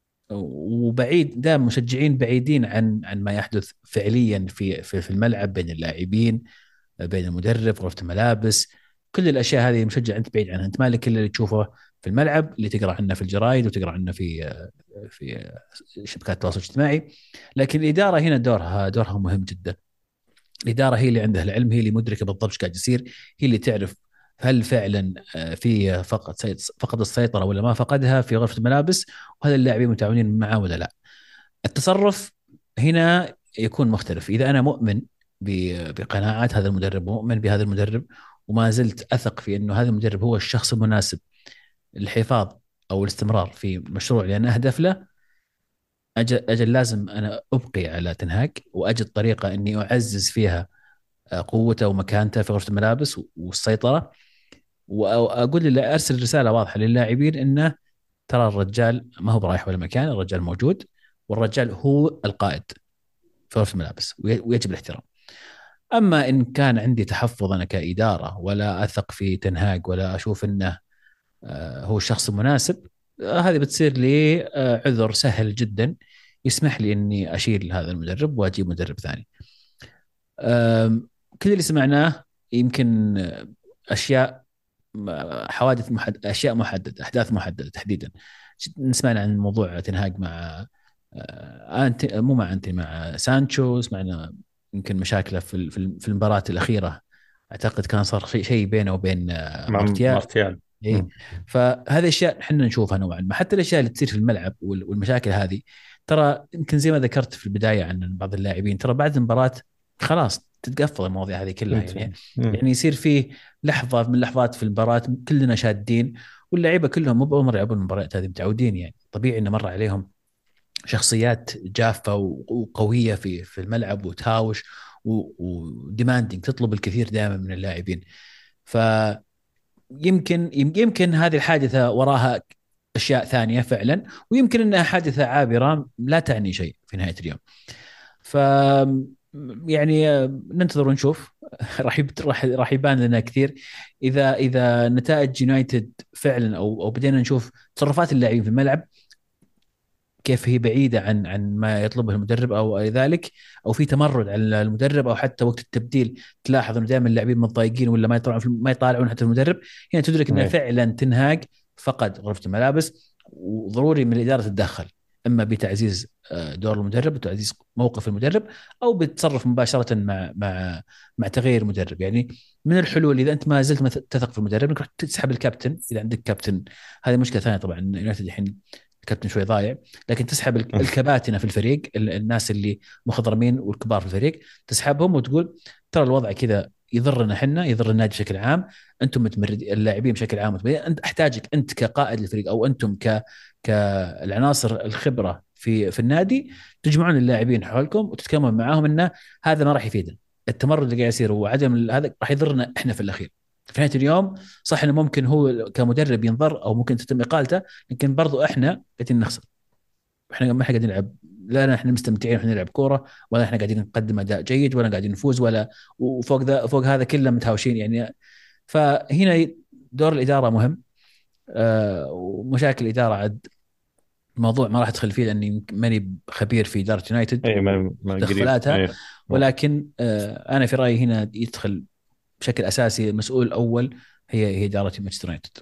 وبعيد، دام مشجعين بعيدين عن عن ما يحدث فعليا في في في الملعب بين اللاعبين، بين المدرب، غرفه الملابس. كل الاشياء هذه مشجع انت بعيد عنها، انت مالك الا اللي تشوفه في الملعب، اللي تقرا عنه في الجرايد وتقرا عنه في في شبكات التواصل الاجتماعي. لكن الاداره هنا دورها دورها مهم جدا. الاداره هي اللي عندها العلم، هي اللي مدركه بالضبط ايش قاعد يصير، هي اللي تعرف هل فعلا آه، في فقد فقد السيطره ولا ما فقدها في غرفه الملابس، وهل اللاعبين متعاونين معه ولا لا. التصرف هنا يكون مختلف. إذا أنا مؤمن ب- بقناعات هذا المدرب، مؤمن بهذا المدرب، وما زلت أثق في أنه هذا المدرب هو الشخص المناسب للحفاظ أو الاستمرار في المشروع اللي أنا أهدف له، أجل, أجل لازم أنا أبقي على تنهاج، وأجد طريقة أني أعزز فيها آه، قوته ومكانته في غرفة الملابس والسيطرة. وأقول لله، أرسل رسالة واضحة للاعبين أنه ترى الرجال ما هو برايح ولا مكان، الرجال موجود، والرجال هو القائد في غرفة الملابس ويجب الاحترام. اما ان كان عندي تحفظ انا كاداره ولا اثق في تنهاج ولا اشوف انه آه، هو الشخص المناسب، آه، هذه بتصير لي آه، عذر سهل جدا يسمح لي اني اشيل هذا المدرب واجيب مدرب ثاني. آم، كل اللي سمعناه يمكن آه، اشياء، آه، حوادث محددة، اشياء محدده، احداث محدده تحديدا. سمعنا عن موضوع تنهاج مع آه، انت مو مع انت مع سانشو، سمعنا يمكن مشاكله في ال- في ال- في المباراه الاخيره. اعتقد كان صار شيء شيء بينه وبين آه، مع مارتيال. مارتيال. اي. فهذه اشياء احنا نشوفها نوعا ما، حتى الاشياء اللي تصير في الملعب وال- والمشاكل هذه. ترى يمكن زي ما ذكرت في البدايه عن بعض اللاعبين، ترى بعد المباراه خلاص تتقفل المواضيع هذه كلها انت. يعني. مم. يعني يصير في لحظه من اللحظات في المباراه كلنا شادين، واللعيبه كلهم مو باول مره يلعبون المباريات هذه، متعودين يعني. طبيعي انه مر عليهم شخصيات جافه و- وقويه في في الملعب وتهاوش وديماندنج، تطلب الكثير دائما من اللاعبين. ف يمكن يمكن هذه الحادثة وراها أشياء ثانية فعلا، ويمكن أنها حادثة عابرة لا تعني شيء في نهاية اليوم. ف يعني ننتظر ونشوف. راح يب- راح راح يبان لنا كثير اذا اذا نتائج يونايتد فعلا، او او بدينا نشوف تصرفات اللاعبين في الملعب كيف هي بعيده عن عن ما يطلبه المدرب او ذلك، او في تمرد على المدرب، او حتى وقت التبديل تلاحظ انه دائما اللاعبين متضايقين ولا ما يطلعون في ما يطالعون حتى المدرب. هنا تدرك انه ايه. فعلا تنهاج فقد غرفه الملابس، وضروري من الاداره تتدخل، اما بتعزيز آه، دور المدرب وتعزيز موقف المدرب، او بالتصرف مباشره مع مع مع تغيير المدرب يعني. من الحلول اذا انت ما زلت ما تثق في المدرب انك تسحب الكابتن اذا عندك كابتن. هذه مشكله ثانيه طبعا، يونايتد الحين الكابتن شوي ضايع. لكن تسحب الك- الكباتنه في الفريق، ال- الناس اللي مخضرمين والكبار في الفريق، تسحبهم وتقول ترى الوضع كذا يضرنا احنا، يضر النادي بشكل عام. انتم متمردين، اللاعبين بشكل عام متمردين. انت احتاجك انت كقائد الفريق، او انتم ك كالعناصر الخبره في في النادي، تجمعون اللاعبين حولكم وتتكلمون معاهم انه هذا ما راح يفيدنا. التمرد اللي قاعد يصير وعدم ال- هذا راح يضرنا احنا في الاخير. في نهايه اليوم صح انه ممكن هو كمدرب ينضر او ممكن تتم اقالته، لكن برضو احنا قاعدين نخسر. احنا ما احنا قاعدين نلعب، لا احنا مستمتعين واحنا نلعب كوره، ولا احنا قاعدين نقدم اداء جيد، ولا قاعدين نفوز، ولا وفوق ذا فوق هذا كله متهاوشين يعني. فهنا دور الاداره مهم. آه ومشاكل الاداره عاد موضوع ما راح ادخل فيه لاني ماني خبير في اداره يونايتد ايه، ما ما قريب. وتدخلاتها. ايه. ولكن آه انا في رايي هنا يدخل بشكل اساسي المسؤول الاول هي هي اداره مانشستر يونايتد.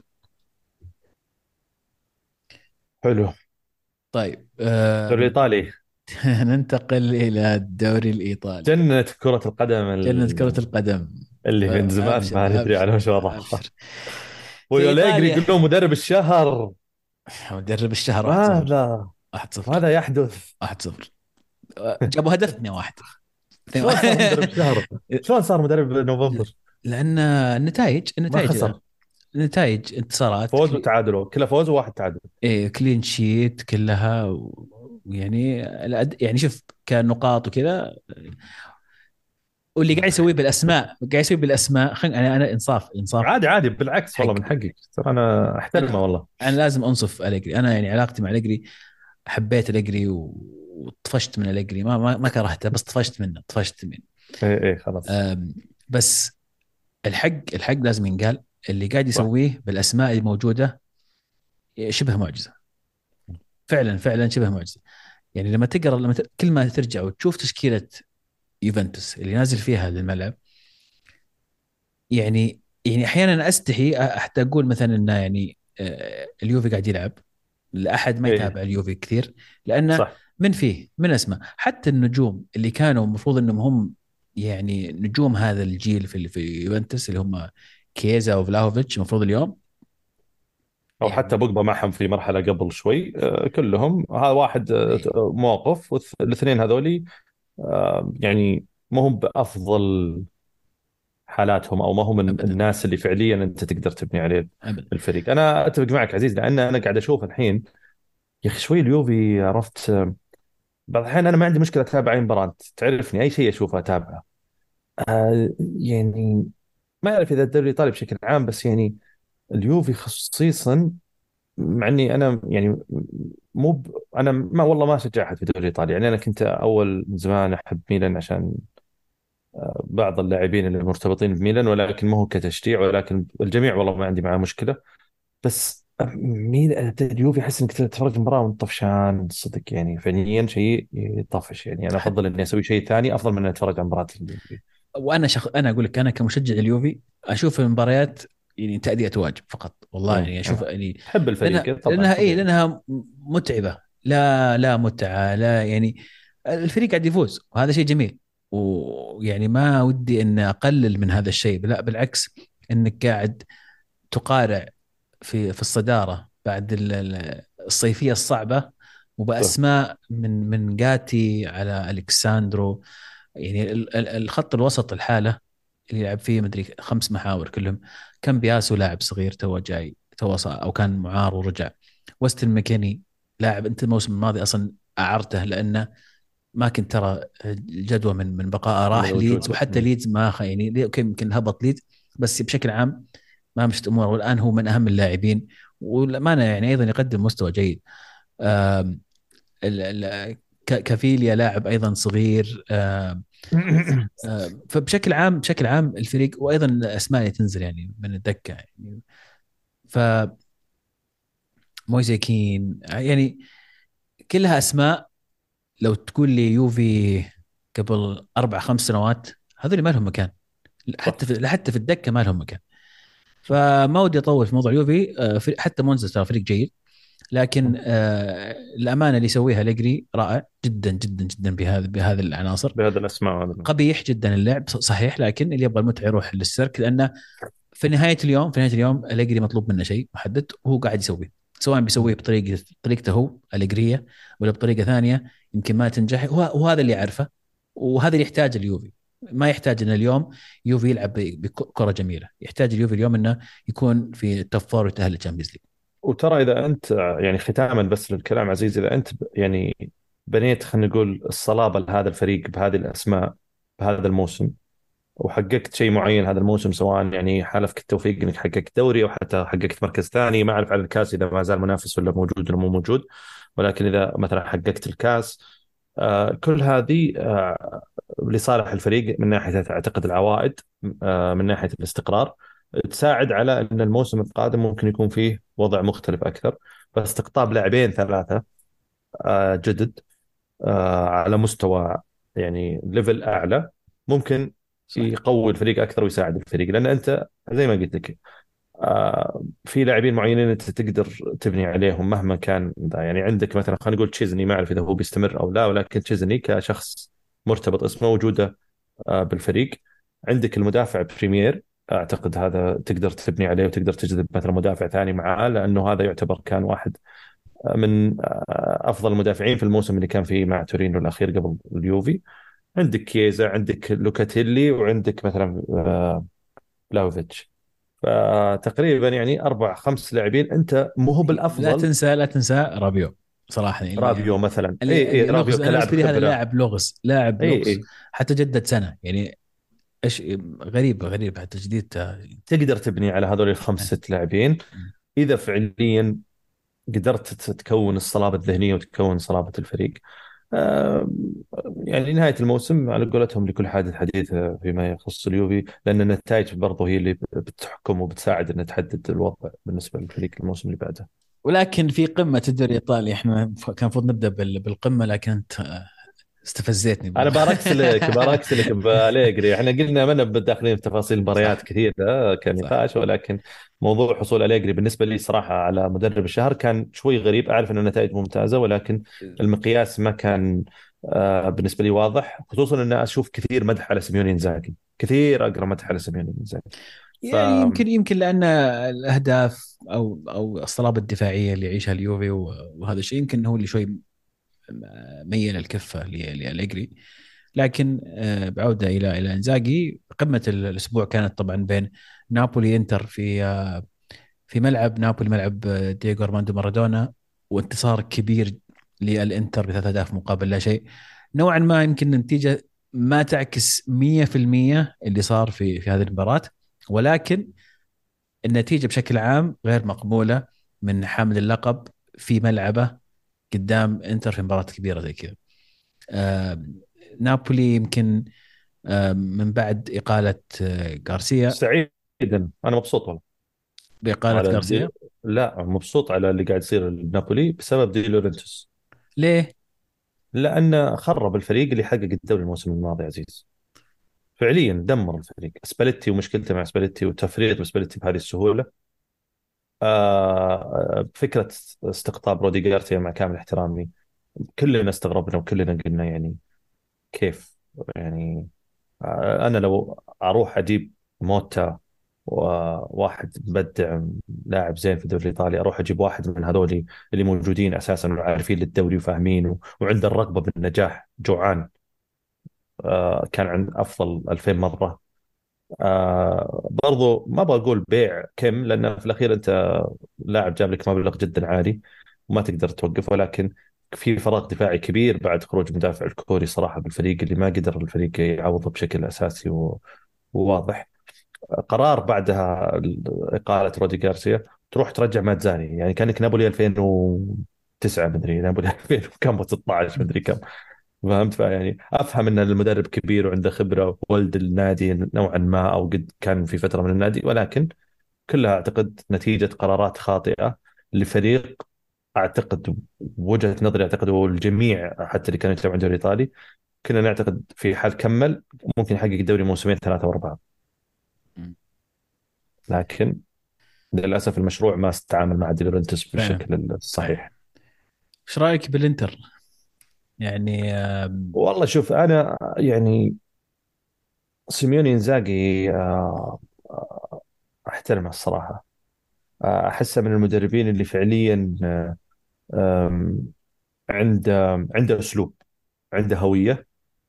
حلو. طيب آه الدوري الايطالي، ننتقل الى الدوري الايطالي. جنة كرة القدم جنة كرة ال- القدم. اللي من آه، زمان ابشر ما ندري ابشر عنه وش وضعه. ابشر. في ويوليجري ايطاليا يقولون مدرب الشهر. مدرب الشهر واحد صفر. ماذا واحد صفر. ماذا يحدث؟ واحد صفر. جابوا هدف اثنين واحد. اثنين شلون صار مدرب واحد. الشهر؟ شلون صار مدرب نوفمبر؟ لان النتائج ما النتائج خسر. النتائج انتصارات فوز كلي... وتعادل، كله فوز وواحد تعادل. إيه كلين شيت كلها و... يعني الأد... يعني شوف كنقاط وكذا. واللي قاعد يسويه بالاسماء، قاعد يسويه بالاسماء خل... انا انا انصاف انصاف عادي عادي، بالعكس حق. والله من حقك ترى، انا احترمه انا والله. انا لازم انصف اليجري. انا يعني علاقتي مع اليجري، حبيت اليجري و- وطفشت من اليجري. ما ما, ما كرهته، بس طفشت منه، طفشت منه. ايه ايه خلاص. أم، بس الحق الحق لازم ينقال. اللي قاعد صح. يسويه بالاسماء الموجوده شبه معجزه. فعلا فعلا شبه معجزه. يعني لما تقرا لما ت... كل ما ترجع وتشوف تشكيله يوفنتوس اللي نازل فيها للملعب، يعني يعني احيانا استحي حتى اقول مثلا انه يعني آه، اليوفي قاعد يلعب لاحد ما ايه يتابع اليوفي كثير، لانه صح. من فيه من اسماء حتى النجوم اللي كانوا المفروض انهم هم يعني نجوم هذا الجيل في في يوفنتوس، اللي هم كيزا وفلاهوفيتش، المفروض اليوم او حتى يعني بوجبا معهم في مرحله قبل شوي، آه، كلهم هذا واحد آه، إيه، موقف، والاثنين هذولي آه، يعني ما هم بافضل حالاتهم، او ما هم من ابدا الناس اللي فعليا انت تقدر تبني عليه ابدا. الفريق. انا اتفق معك عزيز، لان انا قاعد اشوف الحين يا اخي شوي اليوفي، عرفت آه، بعض الأحيان أنا ما عندي مشكلة أتابع أي مباراة، تعرفني أي شيء أشوفه أتابعه. آه يعني ما أعرف إذا الدوري الإيطالي بشكل عام، بس يعني اليوفي خصيصا، مع إني أنا يعني مو ب... أنا ما والله ما أشجع أحد في الدوري الإيطالي. يعني أنا كنت أول من زمان أحب ميلان عشان بعض اللاعبين اللي مرتبطين بميلان، ولكن ما هو كتشجيع، ولكن الجميع والله ما عندي معاه مشكلة. بس ميلان اليوفي احس انك تتفرج المباراة وانت طفشان صدق، يعني فعليا شيء يطفش. يعني انا افضل اني اسوي شيء ثاني افضل من اني اتفرج على مباراة اليوفي. وانا شخ... انا اقول لك انا كمشجع اليوفي اشوف المباريات يعني تأدية واجب فقط والله، امم يعني اشوف أمم. يعني تحب الفريق لانها طبعا لانها ايه طبيعي. لانها متعبة. لا لا متعة لا يعني الفريق قاعد يفوز وهذا شيء جميل، ويعني ما ودي ان اقلل من هذا الشيء، لا بالعكس، انك قاعد تقارع في في الصدارة بعد ال- ال- الصيفية الصعبة، صح. وبأسماء من من جاتي على ألكساندرو. يعني ال- ال- الخط الوسط الحالة اللي يلعب فيه مدري خمس محاور كلهم. كان بياسو لاعب صغير تو جاي تو صا- او كان معار ورجع. وستن ماكيني لاعب انت الموسم الماضي اصلا اعرته لانه ما كنت ترى جدوى من من بقاء، من راح الوجود. ليدز وحتى أمم. ليدز ما خ- يعني ليه- اوكي يمكن هبط ليدز، بس بشكل عام ما مشت اموره، والان هو من اهم اللاعبين والامانه يعني ايضا يقدم مستوى جيد. آم، ال- ال- ك- كافيليا لاعب ايضا صغير. آم، آه، فبشكل عام بشكل عام الفريق، وايضا الاسماء اللي تنزل يعني من الدكه يعني. ف مويزي كين يعني كلها اسماء. لو تقول لي يوفي قبل اربع خمس سنوات هذول ما لهم مكان، صح. حتى في حتى في الدكه ما لهم مكان. فما ودي اطول في موضوع يوفي. آه، فريق- حتى مونزا ترى فريق جيد، لكن آه، الامانه اللي يسويها ليجري رائع جدا جدا جدا بهذا بهذه العناصر. بهذا الاسماء وهذا. قبيح جدا اللعب صحيح، لكن اللي يبغى المتعه يروح للسيرك، لانه في نهايه اليوم في نهايه اليوم أليجري مطلوب منه شيء محدد وهو قاعد يسويه، سواء بيسويه بطريقه طريقته هو أليجريه ولا بطريقه ثانيه يمكن ما تنجح. وه- وهذا اللي يعرفه، وهذا اللي يحتاج اليوفي. ما يحتاج ان اليوم يوفي يلعب ب- بكره جميله، يحتاج اليوفي اليوم انه يكون في التوب فور ويتاهل للتشامبيونز ليج. وترى اذا انت يعني ختاما بس للكلام عزيز، اذا انت ب- يعني بنيت خلينا نقول الصلابه لهذا الفريق بهذه الاسماء بهذا الموسم، وحققت شيء معين هذا الموسم، سواء يعني حالفك التوفيق انك حققت دوري او حتى حققت مركز ثاني، ما اعرف على الكاس اذا ما زال منافس ولا موجود ولا مو موجود، ولكن اذا مثلا حققت الكاس، آه كل هذه آه لصالح الفريق من ناحيه اعتقد العوائد، آه من ناحيه الاستقرار، تساعد على ان الموسم القادم ممكن يكون فيه وضع مختلف اكثر. فاستقطاب لاعبين ثلاثه آه جدد آه على مستوى يعني ليفل اعلى ممكن صح. يقوي الفريق اكثر ويساعد الفريق، لان انت زي ما قلت لك آه في لاعبين معينين انت تقدر تبني عليهم مهما كان ذا. يعني عندك مثلا خلينا نقول تشيزني، ما اعرف اذا هو بيستمر او لا، ولكن تشيزني كشخص مرتبط اسمه وجوده آه بالفريق. عندك المدافع بريمير، اعتقد هذا تقدر تبني عليه وتقدر تجذب مثلا مدافع ثاني معاه، لانه هذا يعتبر كان واحد من آه، افضل المدافعين في الموسم اللي كان فيه مع تورينو الاخير قبل اليوفي. عندك كيزا، عندك لوكاتيلي، وعندك مثلا آه، بلاوفيتش. فتقريبا يعني اربع خمس لاعبين، انت مو هو لا بالافضل. تنسى لا تنسى رابيو صراحه اللي رابيو يعني مثلا، اي اللي اي اللي رابيو لغز. انا كلاعب بالنسبه لي هذا خبره. اللاعب لغز، لاعب اي لغز. اي حتى جدد سنه يعني ايش غريب غريب حتى تجديد. تقدر تبني على هذول الخمس ست لاعبين اذا فعليا قدرت تكون الصلابه الذهنيه وتكون صلابه الفريق. آه، يعني نهاية الموسم على قولتهم لكل حادث حديث فيما يخص اليوفي، لأن النتائج برضو هي اللي بتحكم وبتساعد أن تحدد الوضع بالنسبة للفريق الموسم اللي بعده. ولكن في قمه الدوري الايطالي احنا كان المفروض نبدا بال- بالقمه، لكن انت استفزتني أنا بال... باركس لك باركس لك بأليجري. احنا قلنا ما نبي داخلين في تفاصيل مباريات صح كثيرة صح. كنقاش، ولكن موضوع حصول أليجري بالنسبة لي صراحة على مدرب الشهر كان شوي غريب. أعرف أن النتائج ممتازة، ولكن المقياس ما كان آه، بالنسبة لي واضح، خصوصا أن أشوف كثير مدح على سيميوني إنزاغي، كثير أقرأ مدح على سيميوني إنزاغي. ف يعني يمكن يمكن لان الاهداف او او الصلابه الدفاعيه اللي يعيشها اليوفي، وهذا الشيء يمكن هو اللي شوي ميل الكفه ل- لأليجري. لكن آه، بعودة إلى إلى إنزاغي، قمة الأسبوع كانت طبعا بين نابولي إنتر في آه، في ملعب نابولي، ملعب آه، دييغو أرماندو مارادونا، وانتصار كبير للإنتر بثلاث أهداف مقابل لا شيء. نوعا ما يمكن النتيجة ما تعكس مية في المية اللي صار في في هذه المباراة، ولكن النتيجة بشكل عام غير مقبولة من حامل اللقب في ملعبه قدام إنتر في مباراة كبيرة زي كذا. آه، نابولي يمكن آه، من بعد إقالة آه، غارسيا. سعيدا، انا مبسوط والله بإقالة على غارسيا. الدي... لا، مبسوط على اللي قاعد يصير لنابولي بسبب دي لورنتوس. ليه؟ لانه خرب الفريق اللي حقق الدوري الموسم الماضي عزيز. فعليا دمر الفريق. سباليتي ومشكلته مع سباليتي والتفريط بسباليتي بهذه السهوله. آه فكره استقطاب رودي جارسيا مع كامل احترامي، كلنا استغربنا وكلنا قلنا يعني كيف؟ يعني آه انا لو اروح اجيب موتا وواحد مبدع لاعب زين في الدوري الايطالي، اروح اجيب واحد من هذول اللي موجودين اساسا وعارفين للدوري وفاهمين وعنده الرغبه بالنجاح، جوعان، آه كان عند افضل ألفين مره. آه برضو ما ابغى اقول بيع كم، لان في الاخير انت لاعب جاب لك مبلغ جدا عالي وما تقدر توقفه، ولكن في فراغ دفاعي كبير بعد خروج مدافع الكوري صراحه بالفريق، اللي ما قدر الفريق يعوضه بشكل اساسي و- وواضح. قرار بعدها اقاله رودي غارسيا، تروح ترجع ماتزاني، يعني كانك نابولي ألفين وتسعة مدري، نابولي ألفين كم ستة عشر مدري كم. فهمت؟ فيعني افهم ان المدرب كبير وعنده خبره وولد النادي نوعا ما، او قد كان في فتره من النادي، ولكن كلها اعتقد نتيجه قرارات خاطئه لفريق. اعتقد وجهه نظري، اعتقد والجميع حتى اللي كانوا يتابعون الدوري الايطالي كنا نعتقد في حال كمل ممكن يحقق الدوري موسمين ثلاثه واربعه، مم. لكن للاسف المشروع ما استعمل مع دي لورنتس فعلا. بالشكل فعلا. الصحيح. ايش رايك بالانتر؟ يعني آم، والله شوف، انا يعني سيميوني انزاغي آه، آه، احترمه الصراحه. آه، احسه من المدربين اللي فعليا آه، آم، عنده عنده اسلوب، عنده هويه.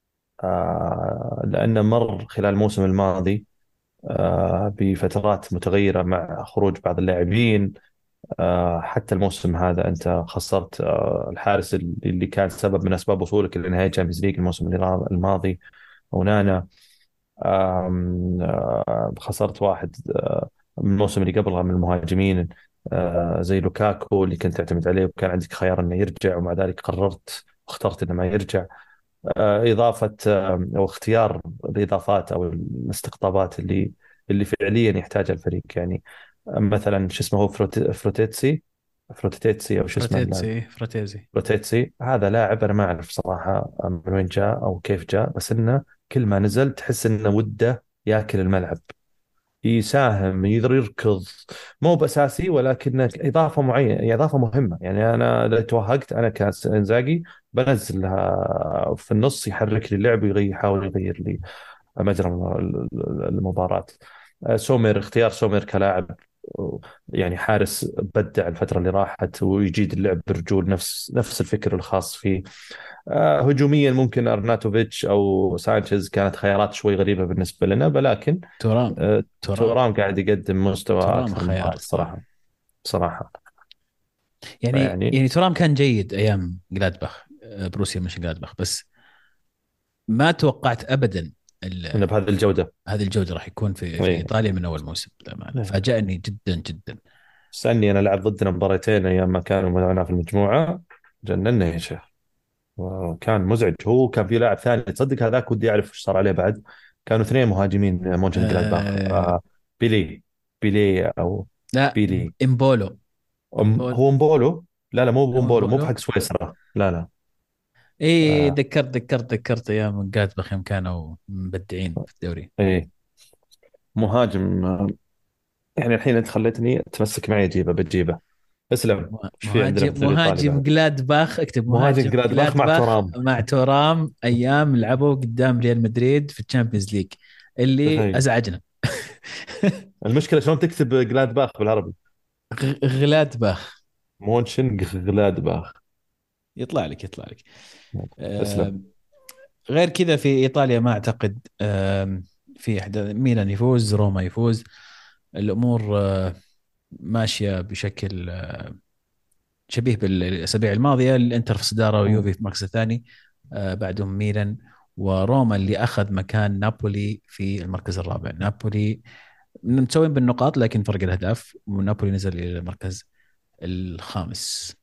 آه، لانه مر خلال الموسم الماضي آه، بفترات متغيره مع خروج بعض اللاعبين. آه، حتى الموسم هذا انت خسرت آه، الحارس اللي اللي كان سبب من اسباب وصولك لنهائي الشامبيونز ليج الموسم الماضي، ونانا. آم، آه، خسرت واحد آه، من الموسم اللي قبلها من المهاجمين، آه، زي لوكاكو اللي كنت تعتمد عليه وكان عندك خيار انه يرجع، ومع ذلك قررت واخترت انه ما يرجع. آه، اضافه آه، او اختيار الاضافات او الاستقطابات اللي اللي فعليا يحتاجها الفريق، يعني آه، مثلا شو اسمه، هو فروت فروتيتسي فروتيتسي او شو اسمه اللاعب. فراتيزي فراتيزي. فروتيتسي هذا لاعب انا ما اعرف صراحه من وين جاء او كيف جاء، بس انه كل ما نزل تحس انه وده ياكل الملعب، يساهم، يقدر يركض. مو بأساسي ولكن إضافة معينة، يعني إضافة مهمة. يعني أنا لو توهقت أنا كإنزاجي بنزلها في النص يحرك لي اللعب ويغير، يحاول يغير لي مجرى المباراة. سومير، اختيار سومير كلاعب يعني حارس بدع الفترة اللي راحت ويجيد اللعب برجول، نفس نفس الفكر الخاص فيه. آه، هجوميا ممكن أرناتوفيتش أو سانشيز كانت خيارات شوي غريبة بالنسبة لنا، ولكن تورام. آه، تورام. تورام قاعد يقدم مستوى تورام أكثر من خيار رائع الصراحه. الصراحة. بصراحة يعني يعني يعني تورام كان جيد ايام جلادباخ، آه، بروسيا مش جلادباخ، بس ما توقعت ابدا أنه ال- بهذه الجودة. هذه الجوده راح يكون في في إيه. ايطاليا من اول موسم. للامانه فاجأني جدا جدا. سألني أنا لعب ضدنا مباراتين أيام ما كانوا معنا في المجموعة، جننا يا شيخ. وكان مزعج. هو كان في لاعب ثاني تصدق هذاك ودي أعرف إيش صار عليه بعد. كانوا اثنين مهاجمين مونشن جلادباخ، آه آه بيلي بيلي أو لا، بيلي. امبولو. أم امبولو. هو مبولو. لا لا، مو لا، مو بومبولو، مو بحق امبولو. سويسرا، لا لا. اي آه ذكرت ذكرت ذكرت ايام جلادباخ يوم كانوا مبدعين في الدوري. إيه، مهاجم. آه يعني الحين أنت خليتني أتمسك معي أجيبه، بتجيبه. اسلم. ايش في عندنا في مهاجم الدوري الإيطالي مهاجم بعد؟ جلادباخ، اكتب مهاجم مهاجم جلادباخ مع جلادباخ تورام. مع تورام ايام لعبوا قدام ريال مدريد في الشامبيونز ليج اللي تخيل ازعجنا. المشكلة شلون تكتب جلادباخ بالعربي؟ غ- غلادباخ. مونشن جلادباخ. يطلع لك يطلع لك. اسلم. آم، غير كذا في ايطاليا ما اعتقد آم، في احداث. ميلان يفوز، روما يفوز، الامور آه، ماشيه بشكل آه، شبيه بالاسابيع الماضيه. الانتر في الصداره مم. ويوفي في المركز الثاني، آه، بعدهم ميلان وروما اللي اخذ مكان نابولي في المركز الرابع. نابولي متساويين بالنقاط لكن فرق الاهداف، ونابولي نزل الى المركز الخامس.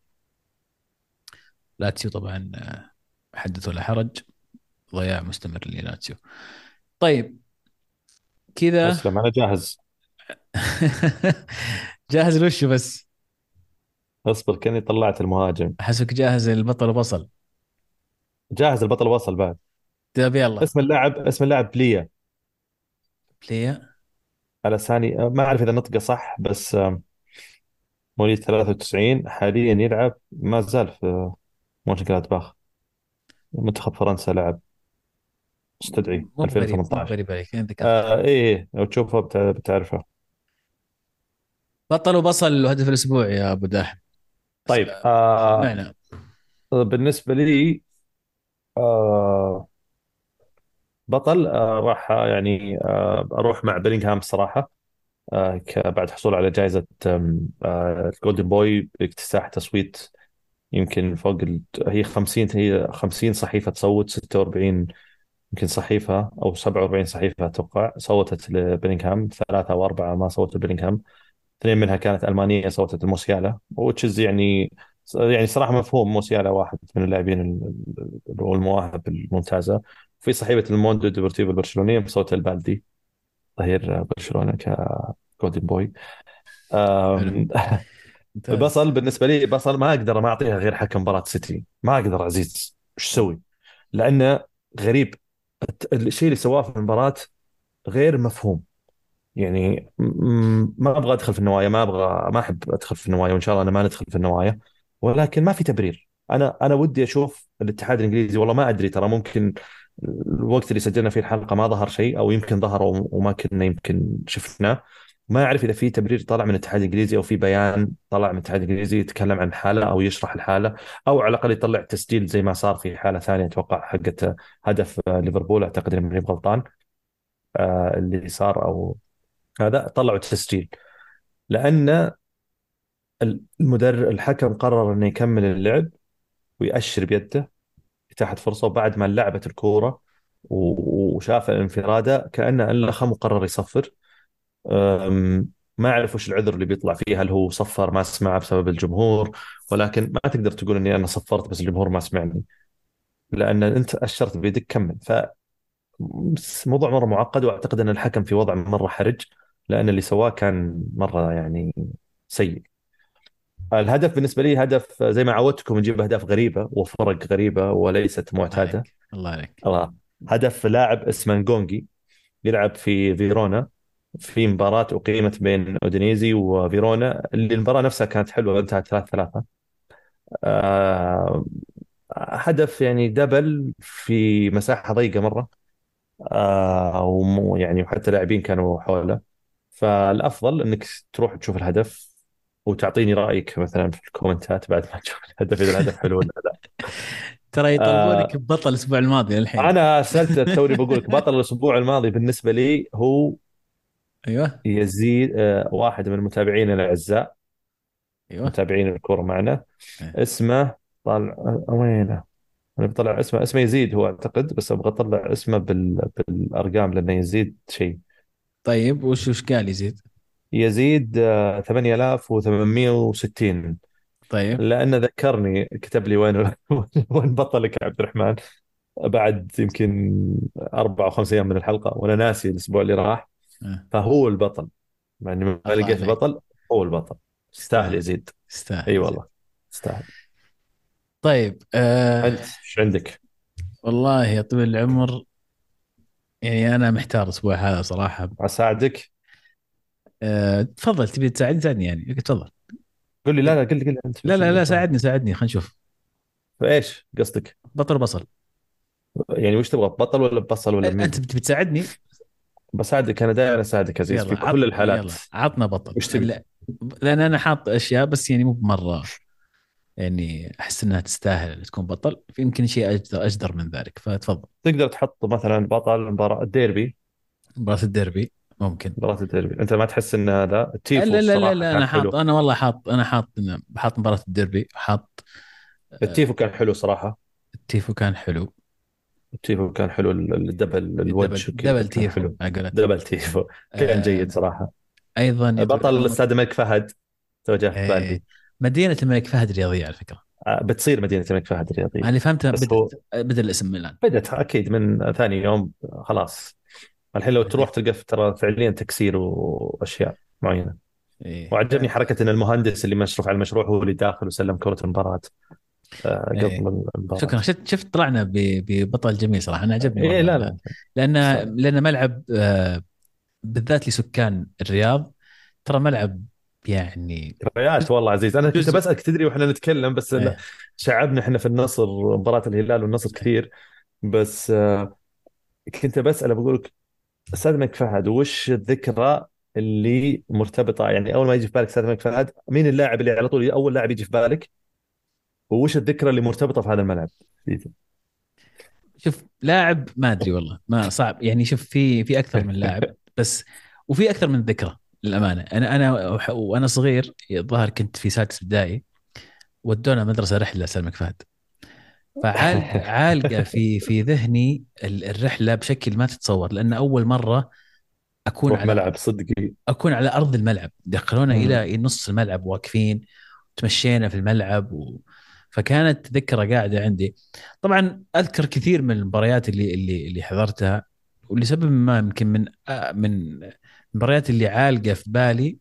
لاتسيو طبعا آه، حدث ولا حرج، ضياع مستمر للاتسيو. طيب كذا. اسلم انا جاهز. جاهز لوشو بس؟ اصبر كاني طلعت المهاجم. احسك جاهز البطل وبصل. جاهز البطل وصل بعد. طيب يلا. اسم اللاعب اسم اللاعب بليا. بلاي. على ثاني ما اعرف اذا نطقه صح، بس آه، مواليد ثلاثة وتسعين، حاليا يلعب ما زال في مونشن جلادباخ، منتخب فرنسا، لعب مستدعي مو بغريب، مو ألفين وثمانية عشر. بغريب عليك، انت ذكرت. آه ايه لو تشوفه بتع- بتعرفه. بطل وبصل وهدف الاسبوع يا ابو داحم. س- طيب آه سمعنا. بالنسبة لي، آه بطل آه راح يعني آه اروح مع بيلينغهام الصراحة. آه ك- بعد حصول على جائزة آم، آه الجولدن بوي باكتساح تصويت يمكن فوق ال... هي خمسين هي خمسين صحيفة تصوت، ستة وأربعين يمكن صحيفة أو سبعة وأربعين صحيفة أتوقع صوتت لبيلينغهام، ثلاثة أو أربعة ما صوتوا بيلينغهام. اثنين منها كانت ألمانية صوتت الموسيالا، وتشز يعني يعني صراحة مفهوم، موسيالا واحد من اللاعبين ال- ال- والمواهب الممتازة. في صحيفة الموندو ديبورتيفو البرشلونية بصوت البالدي، ظهير برشلونة، كجولدن بوي. حلو. أم، ممتاز. بصل بالنسبة لي، بصل ما أقدر ما أعطيها غير حكم مباراة سيتي، ما أقدر عزيز إيش أسوي، لأنه غريب. الت- الشيء اللي سواه في المباراة غير مفهوم. يعني م- ما ابغى ادخل في النوايا، ما ابغى ما احب ادخل في النوايا، وان شاء الله انا ما ندخل في النوايا، ولكن ما في تبرير. انا انا ودي اشوف الاتحاد الانجليزي، والله ما ادري، ترى ممكن الوقت اللي سجلنا فيه الحلقه ما ظهر شيء، او يمكن ظهر و- وما كنا يمكن شفناه. ما اعرف اذا في تبرير طلع من الاتحاد الانجليزي، او في بيان طلع من الاتحاد الانجليزي يتكلم عن الحاله او يشرح الحاله، او على الاقل يطلع تسجيل زي ما صار في حاله ثانيه اتوقع حقت هدف ليفربول، اعتقد اني ماني غلطان، آه، اللي صار، او هذا طلعوا تسجيل. لأن المدرب الحكم قرر انه يكمل اللعب ويأشر بيده إتاحة فرصة، وبعد ما لعبت الكورة و- وشاف الانفرادة كأنه ألخم وقرر يصفر. أم، ما أعرف وش العذر اللي بيطلع فيه، هل هو صفر ما سمع بسبب الجمهور، ولكن ما تقدر تقول اني انا صفرت بس الجمهور ما سمعني، لان انت اشرت بيدك كمل. فموضوع مره معقد، واعتقد ان الحكم في وضع مره حرج، لان اللي سواه كان مره يعني سيء. الهدف بالنسبة لي هدف زي ما عودتكم نجيب أهداف غريبة وفرق غريبة وليست الله معتادة. عليك، الله عليك. الله. هدف لاعب اسمه نجونجي، يلعب في فيرونا، في مباراة أقيمت بين أودينيزي وفيرونا، اللي المباراة نفسها كانت حلوة، انتهت ثلاثة ثلاثة. آه هدف يعني دبل في مساحة ضيقة مرة، آه ويعني وحتى لاعبين كانوا حوله. فالافضل انك تروح تشوف الهدف وتعطيني رايك مثلا في الكومنتات بعد ما تشوف الهدف، اذا الهدف حلو ولا لا. ترى يطالبونك آه ببطل الاسبوع الماضي الحين. انا ارسلت توني بقول لك بطل الاسبوع الماضي بالنسبه لي هو ايوه. يزيد، آه واحد من متابعينا الاعزاء، ايوه. متابعين الكوره معنا، إيه. اسمه طالع آه، وينه، انا بطلع اسمه اسمه يزيد هو اعتقد، بس ابغى اطلع اسمه بال... بالارقام لانه يزيد شيء. طيب وش وش قال يزيد؟ يزيد آه ثمانية آلاف وثمانمائة وستين. طيب. لأنه ذكرني، كتب لي وين وين بطلك يا عبد الرحمن، بعد يمكن أربع أو خمس أيام من الحلقة وأنا ناسي الأسبوع اللي راح. آه. فهو البطل، مع إني ما الله لقيت عليك. البطل. هو البطل، يستاهل يستاهل. يزيد. يستاهل أي يزيد. والله يستاهل. طيب آه. أنت إيش عندك؟ والله يا طويل العمر، يعني انا محتار الاسبوع هذا صراحه. أساعدك. آه تفضل، تبي تساعدني ساعدني يعني، تفضل. قل لي، لا لا قل لي قل لي أنت لا وش لا لا، البطل؟ ساعدني ساعدني خلينا نشوف. فإيش قصدك؟ بطل بصل. يعني وش تبغى، ببطل ولا ببصل ولا انت بمين؟ تبي تساعدني؟ بساعدك، أنا دائما أساعدك عزيز في يلا كل عط الحالات. يلا عطنا بطل. وش تبي؟ لا، لان انا حاط اشياء بس يعني مو بمره، يعني احس انها تستاهل تكون بطل، في يمكن شيء اجدر اجدر من ذلك، فتفضل. تقدر تحط مثلا بطل مباراة الديربي. مباراة الديربي ممكن. مباراة الديربي انت ما تحس ان هذا لا التيفو لا لا الصراحة لا، كان انا حاط، حلو؟ انا والله حاط، انا حاط بحط مباراة الديربي، حاط. آه، التيفو كان حلو صراحة. التيفو كان حلو. التيفو كان حلو، ال- الدبل الدبل الوجه كذا دبل كان تيفو حلو. على قولتهم. دبل تيفو كان آه، جيد صراحة. ايضا يا طويل بطل العمر. الاستاد الملك فهد توجه في آه، بالي. مدينة الملك فهد الرياضية على فكرة. آه، بتصير مدينة الملك فهد أنا الرياضية، اللي فهمته بس هو بدت بدل الاسم الآن. بدأت أكيد من ثاني يوم، خلاص. الحين لو تروح عجيب. تلقى ترى فعليا تكسير واشياء معينه. إيه. وعجبني حركه ان المهندس اللي مشرف على المشروع هو اللي داخل وسلم كره المباراه آه، إيه. قبل المباراه. شكرا، شفت شفت طلعنا ب- ببطل جميل صراحة. أنا عجبني ايه والله لا ال- لا لأن صار. لأن ملعب آه، بالذات لسكان الرياض، ترى ملعب يعني ذكريات والله عزيز. انا كنت جزء. بسالك تدري واحنا نتكلم بس إن إيه. شعبنا احنا في النصر مباراه الهلال والنصر كثير. بس آه، كنت بسال بقول لك استاذ ملك فهد وش الذكرى اللي مرتبطه، يعني اول ما يجي في بالك استاذ ملك فهد مين اللاعب اللي على طول اول لاعب يجي في بالك، وش الذكرى اللي مرتبطه في هذا الملعب؟ شوف لاعب ما ادري والله، ما صعب يعني. شوف في في اكثر من لاعب بس، وفي اكثر من ذكرى للامانه. انا انا وح- وانا صغير الظاهر كنت في سادس ابتدائي، ودونا مدرسه رحله سلمك فهد. فعالقه عالقه في في ذهني ال- الرحله بشكل ما تتصور، لان اول مره اكون تروح على ملعب صدقي. اكون على ارض الملعب، دخلونا مم. الى نص الملعب واقفين، تمشينا في الملعب و... فكانت ذكرى قاعده عندي. طبعا اذكر كثير من المباريات اللي اللي اللي حضرتها، ولسبب ما يمكن من آه، من المباريات اللي عالقه في بالي.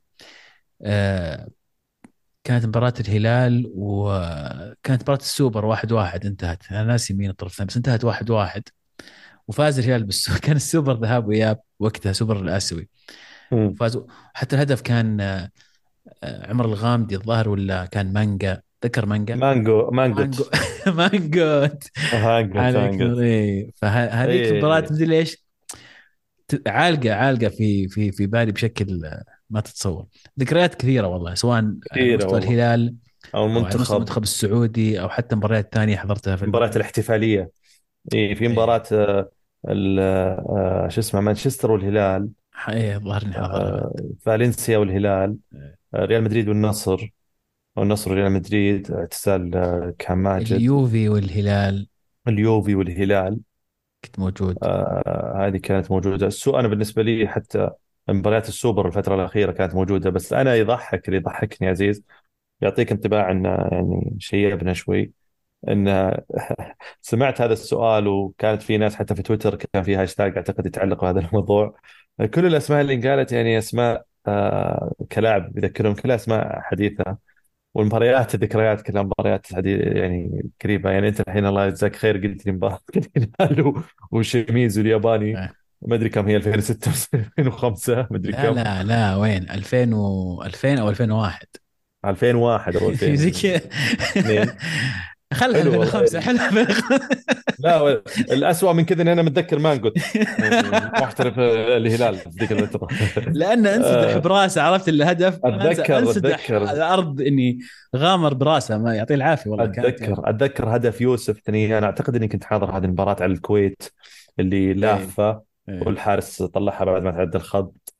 آه، كانت مباراة الهلال وكانت مباراة السوبر، واحد واحد انتهت. انا ناسي مين الطرف الثاني، بس انتهت واحد واحد وفاز الهلال بالسوبر. كان السوبر ذهاب واياب وقتها، سوبر الاسيوي. مم. فازوا. حتى الهدف كان آه، عمر الغامدي الظاهر، ولا كان مانجا، ذكر مانجا. مانجو مانجوت. مانجو. مانجوت. مانجوت عليك مانجوت. نور. إيه. فهذيك المباراة ايه مدري ليش ت- عالقة عالقة في في في بالي بشكل آه، ما تتصور. ذكريات كثيرة والله، سواء على كثيرة مستوى والله. الهلال او او على مستوى المنتخب. المنتخب السعودي، او حتى مباريات ثانية حضرتها في ال... مباراة الاحتفالية. ايه في إيه. مباراة آه، ال- آه، شو اسمه مانشستر والهلال. ايه ظهر اني حاضرها بعد. آه، فالنسيا والهلال. إيه. آه، ريال مدريد والنصر. والنصر وريال مدريد اعتزال آه، كان ماجد. اليوفي والهلال اليوفي والهلال. كنت موجود. آه، هذه كانت موجودة. السوء أنا بالنسبة لي حتى مباريات السوبر الفترة الأخيرة كانت موجودة. بس أنا يضحك اللي يضحكني يا عزيز، يعطيك انطباع أن يعني شيبنا شوي. أن سمعت هذا السؤال وكانت في ناس حتى في تويتر كان في هاشتاج أعتقد يتعلق بهذا الموضوع. كل الأسماء اللي انقالت يعني أسماء آه كلاعب يذكرهم كلها أسماء حديثة. والمباريات الذكريات كلها مباريات حديث يعني قريبة. يعني أنت الحين الله يجزاك خير قلت لي مباراة الهلال و- وشميز والياباني. إيه. ما ادري كم هي ألفين وستة ألفين وخمسة ما ادري لا كم. لا لا، وين ألفين و ألفين او ألفين وواحد. ألفين وواحد او زي كذا. ألفين واثنين. خلها حلو والله ألفين وخمسة، يعني. خلها ألفين وخمسة. لا و- الأسوأ من كذا اني انا متذكر مانجوت يعني محترف الهلال في ذيك الفترة. لأن انسدح آه، براسه، عرفت الهدف، انا انسى اتذكر انسدح اتذكر على الارض اني غامر براسه، ما يعطيه العافيه والله. كانت يعني اتذكر اتذكر هدف يوسف ثاني. انا اعتقد اني كنت حاضر هذه المباراة على الكويت اللي ايه. لافة ايه. والحارس طلعها بعد ما تعدى الخط.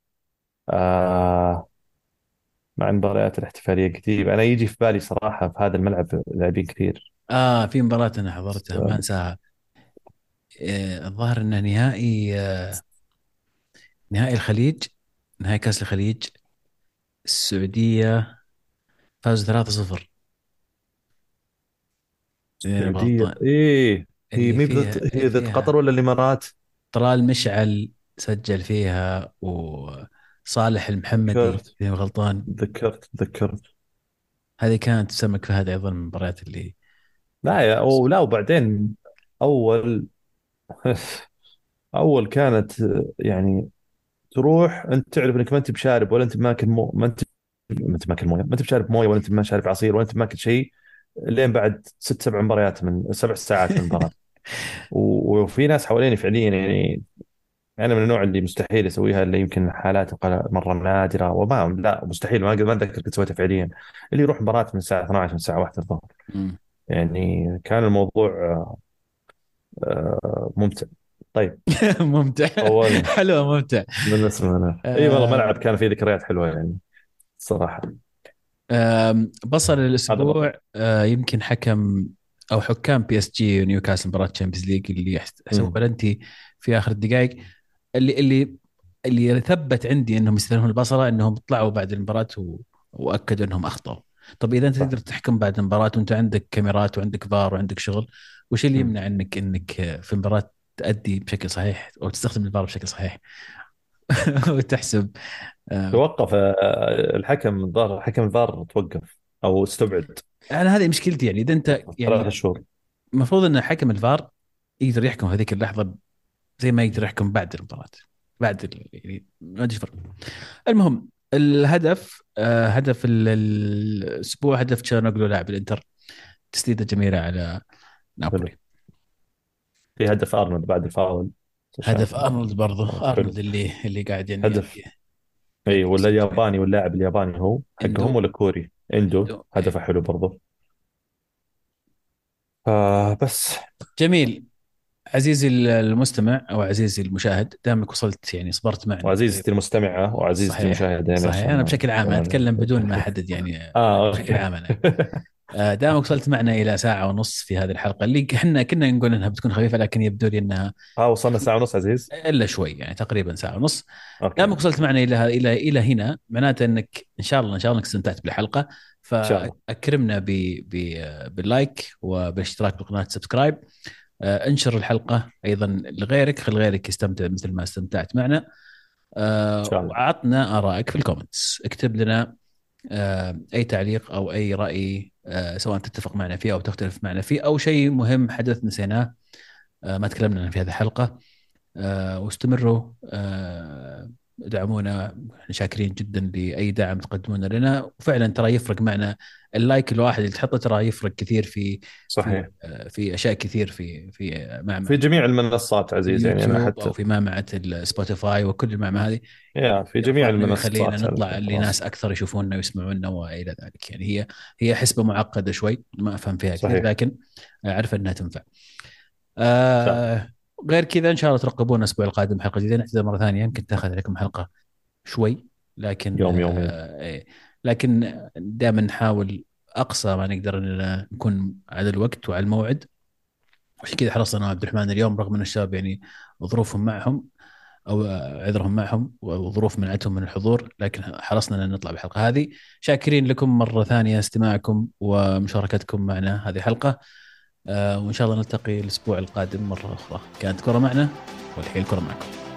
آه مع المباريات الاحتفالية كثير انا يجي في بالي صراحة في هذا الملعب لاعبين كثير. اه في مباراة انا حضرتها ما انساها. إيه الظاهر انه نهائي آه، نهائي الخليج، نهائي كأس الخليج. السعودية فازوا ثلاثة صفر اذا أنا السعودية غلطان. ايه. هي اللي مي بضد، فيها اللي هي ضد قطر فيها ولا الامارات؟ طلال مشعل سجل فيها، وصالح المحمدي تذكرت اذا أنا غلطان. تذكرت تذكرت. هذه كانت سمك فهد ايضا من المباريات اللي لا يا او لا وبعدين اول اول كانت يعني تروح انت تعرف انك ما انت بشارب ولا انت ماكل مو ما انت ما انت ماكل مويه، ما انت بشارب مويه ولا انت ما شارب عصير ولا انت ماكل شيء لين بعد ست سبع مباريات من سبع ساعات من المباراه. و- وفي ناس حواليني فعليا يعني انا من النوع اللي مستحيل اسويها الا يمكن حالات وقل- مره نادره وما لا مستحيل ما ما اتذكر كنت سويتها فعليا. اللي يروح مباراه من الساعه اثنا عشر من الساعه واحدة الظهر. مم. يعني كان الموضوع آه، ممتع. طيب. ممتع. اول حلو ممتع. بالنسبه لنا اي والله آه، ملعب كان فيه ذكريات حلوه يعني صراحه. آم، بصل هذا بطل. الاسبوع آه، يمكن حكم او حكام بي اس جي ونيوكاسل مباراه تشامبيونز ليج اللي يحس- حسبوا مم. بلنتي في اخر الدقائق. اللي اللي اللي ثبت عندي انهم يستلمون البصره، انهم طلعوا بعد المباراه و... واكدوا انهم اخطاوا. طب اذا انت صح. تقدر تحكم بعد المباراه وانت عندك كاميرات وعندك فار وعندك شغل، وش اللي مم. يمنع انك انك في مباراه تأدي بشكل صحيح وتستخدم الفار بشكل صحيح وتحسب. آه، توقف آه، الحكم الظاهر، حكم الفار توقف او استبعد انا هذه مشكلتي، يعني اذا انت ثلاثة يعني شهور المفروض ان حكم الفار يقدر يحكم في هذيك اللحظه زي ما يقدر يحكم بعد المباراه، بعد ال- يعني ما ادري إيش فرق. المهم الهدف، آه، هدف ال- ال- الاسبوع هدف تشانوغلو لاعب الانتر، تسديده جميله على حلو. نابولي. في هدف ارنولد بعد الفاول هدف شاف. ارنولد برضه، حلو. ارنولد اللي اللي قاعد يعني هدف. يأدي اي يأدي ولا بشكل جميل. الياباني واللاعب الياباني هو اندو، حقهم ولا كوري؟ اندو اندو إيه. هدفه حلو برضه. آه بس. جميل. عزيزي المستمع او عزيزي المشاهد، دامك وصلت يعني صبرت معنا تقريبا. وعزيزتي المستمعة وعزيزتي صحيح المشاهدة يعني صحيح، انا عشان بشكل عام أنا كمان. اتكلم بدون ما احدد يعني، اه بشكل اوكي. عام انا. آه، دامك وصلت معنا الى ساعه ونص في هذه الحلقه اللي احنا كنا نقول انها بتكون خفيفه، لكن يبدو لي انها اه وصلنا ساعة ونص عزيز. الا شوي، يعني تقريبا ساعه ونص. اوكي ان دامك وصلت معنا الى الى الى هنا، معناته انك ان شاء الله ان شاء الله انك استمتعت بالحلقه. شاء الله. فاكرمنا ب ب باللايك وبالاشتراك بالقناه، سبسكرايب. آه، انشر الحلقه ايضا لغيرك، خل غيرك يستمتع مثل ما استمتعت معنا. ان آه، شاء الله. وعطنا ارائك في الكومنتس، اكتب لنا آه، اي تعليق او اي راي، آه، سواء تتفق معنا فيه او تختلف معنا فيه، او شيء مهم حدث نسيناه آه، ما تكلمنا عنه في هذه الحلقه. آه، واستمروا، آه، ادعمونا، احنا شاكرين جدا لاي دعم تقدمونه لنا، وفعلا ترى يفرق معنا. اللايك الواحد اللي تحطه ترى يفرق كثير في في صحيح. آه، في اشياء كثير في في مع في جميع المنصات عزيز، يعني انا اليوتيوب او حتى. في معمعة السبوتيفاي وكل المعمعة هذه. يا في جميع افضل انه يخلينا المنصات نطلع لناس خلاص. اكثر يشوفوننا ويسمعونا والى ذلك. يعني هي هي حسبه معقده شوي، ما افهم فيها كثير، صحيح. لكن اعرف انها تنفع. ان شاء الله. آه غير كذا ان شاء الله ترقبونا الاسبوع القادم حلقه جديده، نعتذر مره ثانيه يمكن تاخذ عليكم حلقه شوي، لكن يوم يومين. آه إيه، لكن دائما نحاول اقصى ما نقدر اننا نكون على الوقت وعلى الموعد. عشان كذا حرصنا انا عبد الرحمن اليوم، رغم ان الشباب يعني ظروفهم معهم او عذرهم معهم وظروف منعتهم من الحضور، لكن حرصنا ان نطلع بالحلقه هذه. شاكرين لكم مره ثانيه استماعكم ومشاركتكم معنا هذه الحلقه. آه، وان شاء الله نلتقي الاسبوع القادم مره اخرى. كانت كره معنا، والحين الكره معكم.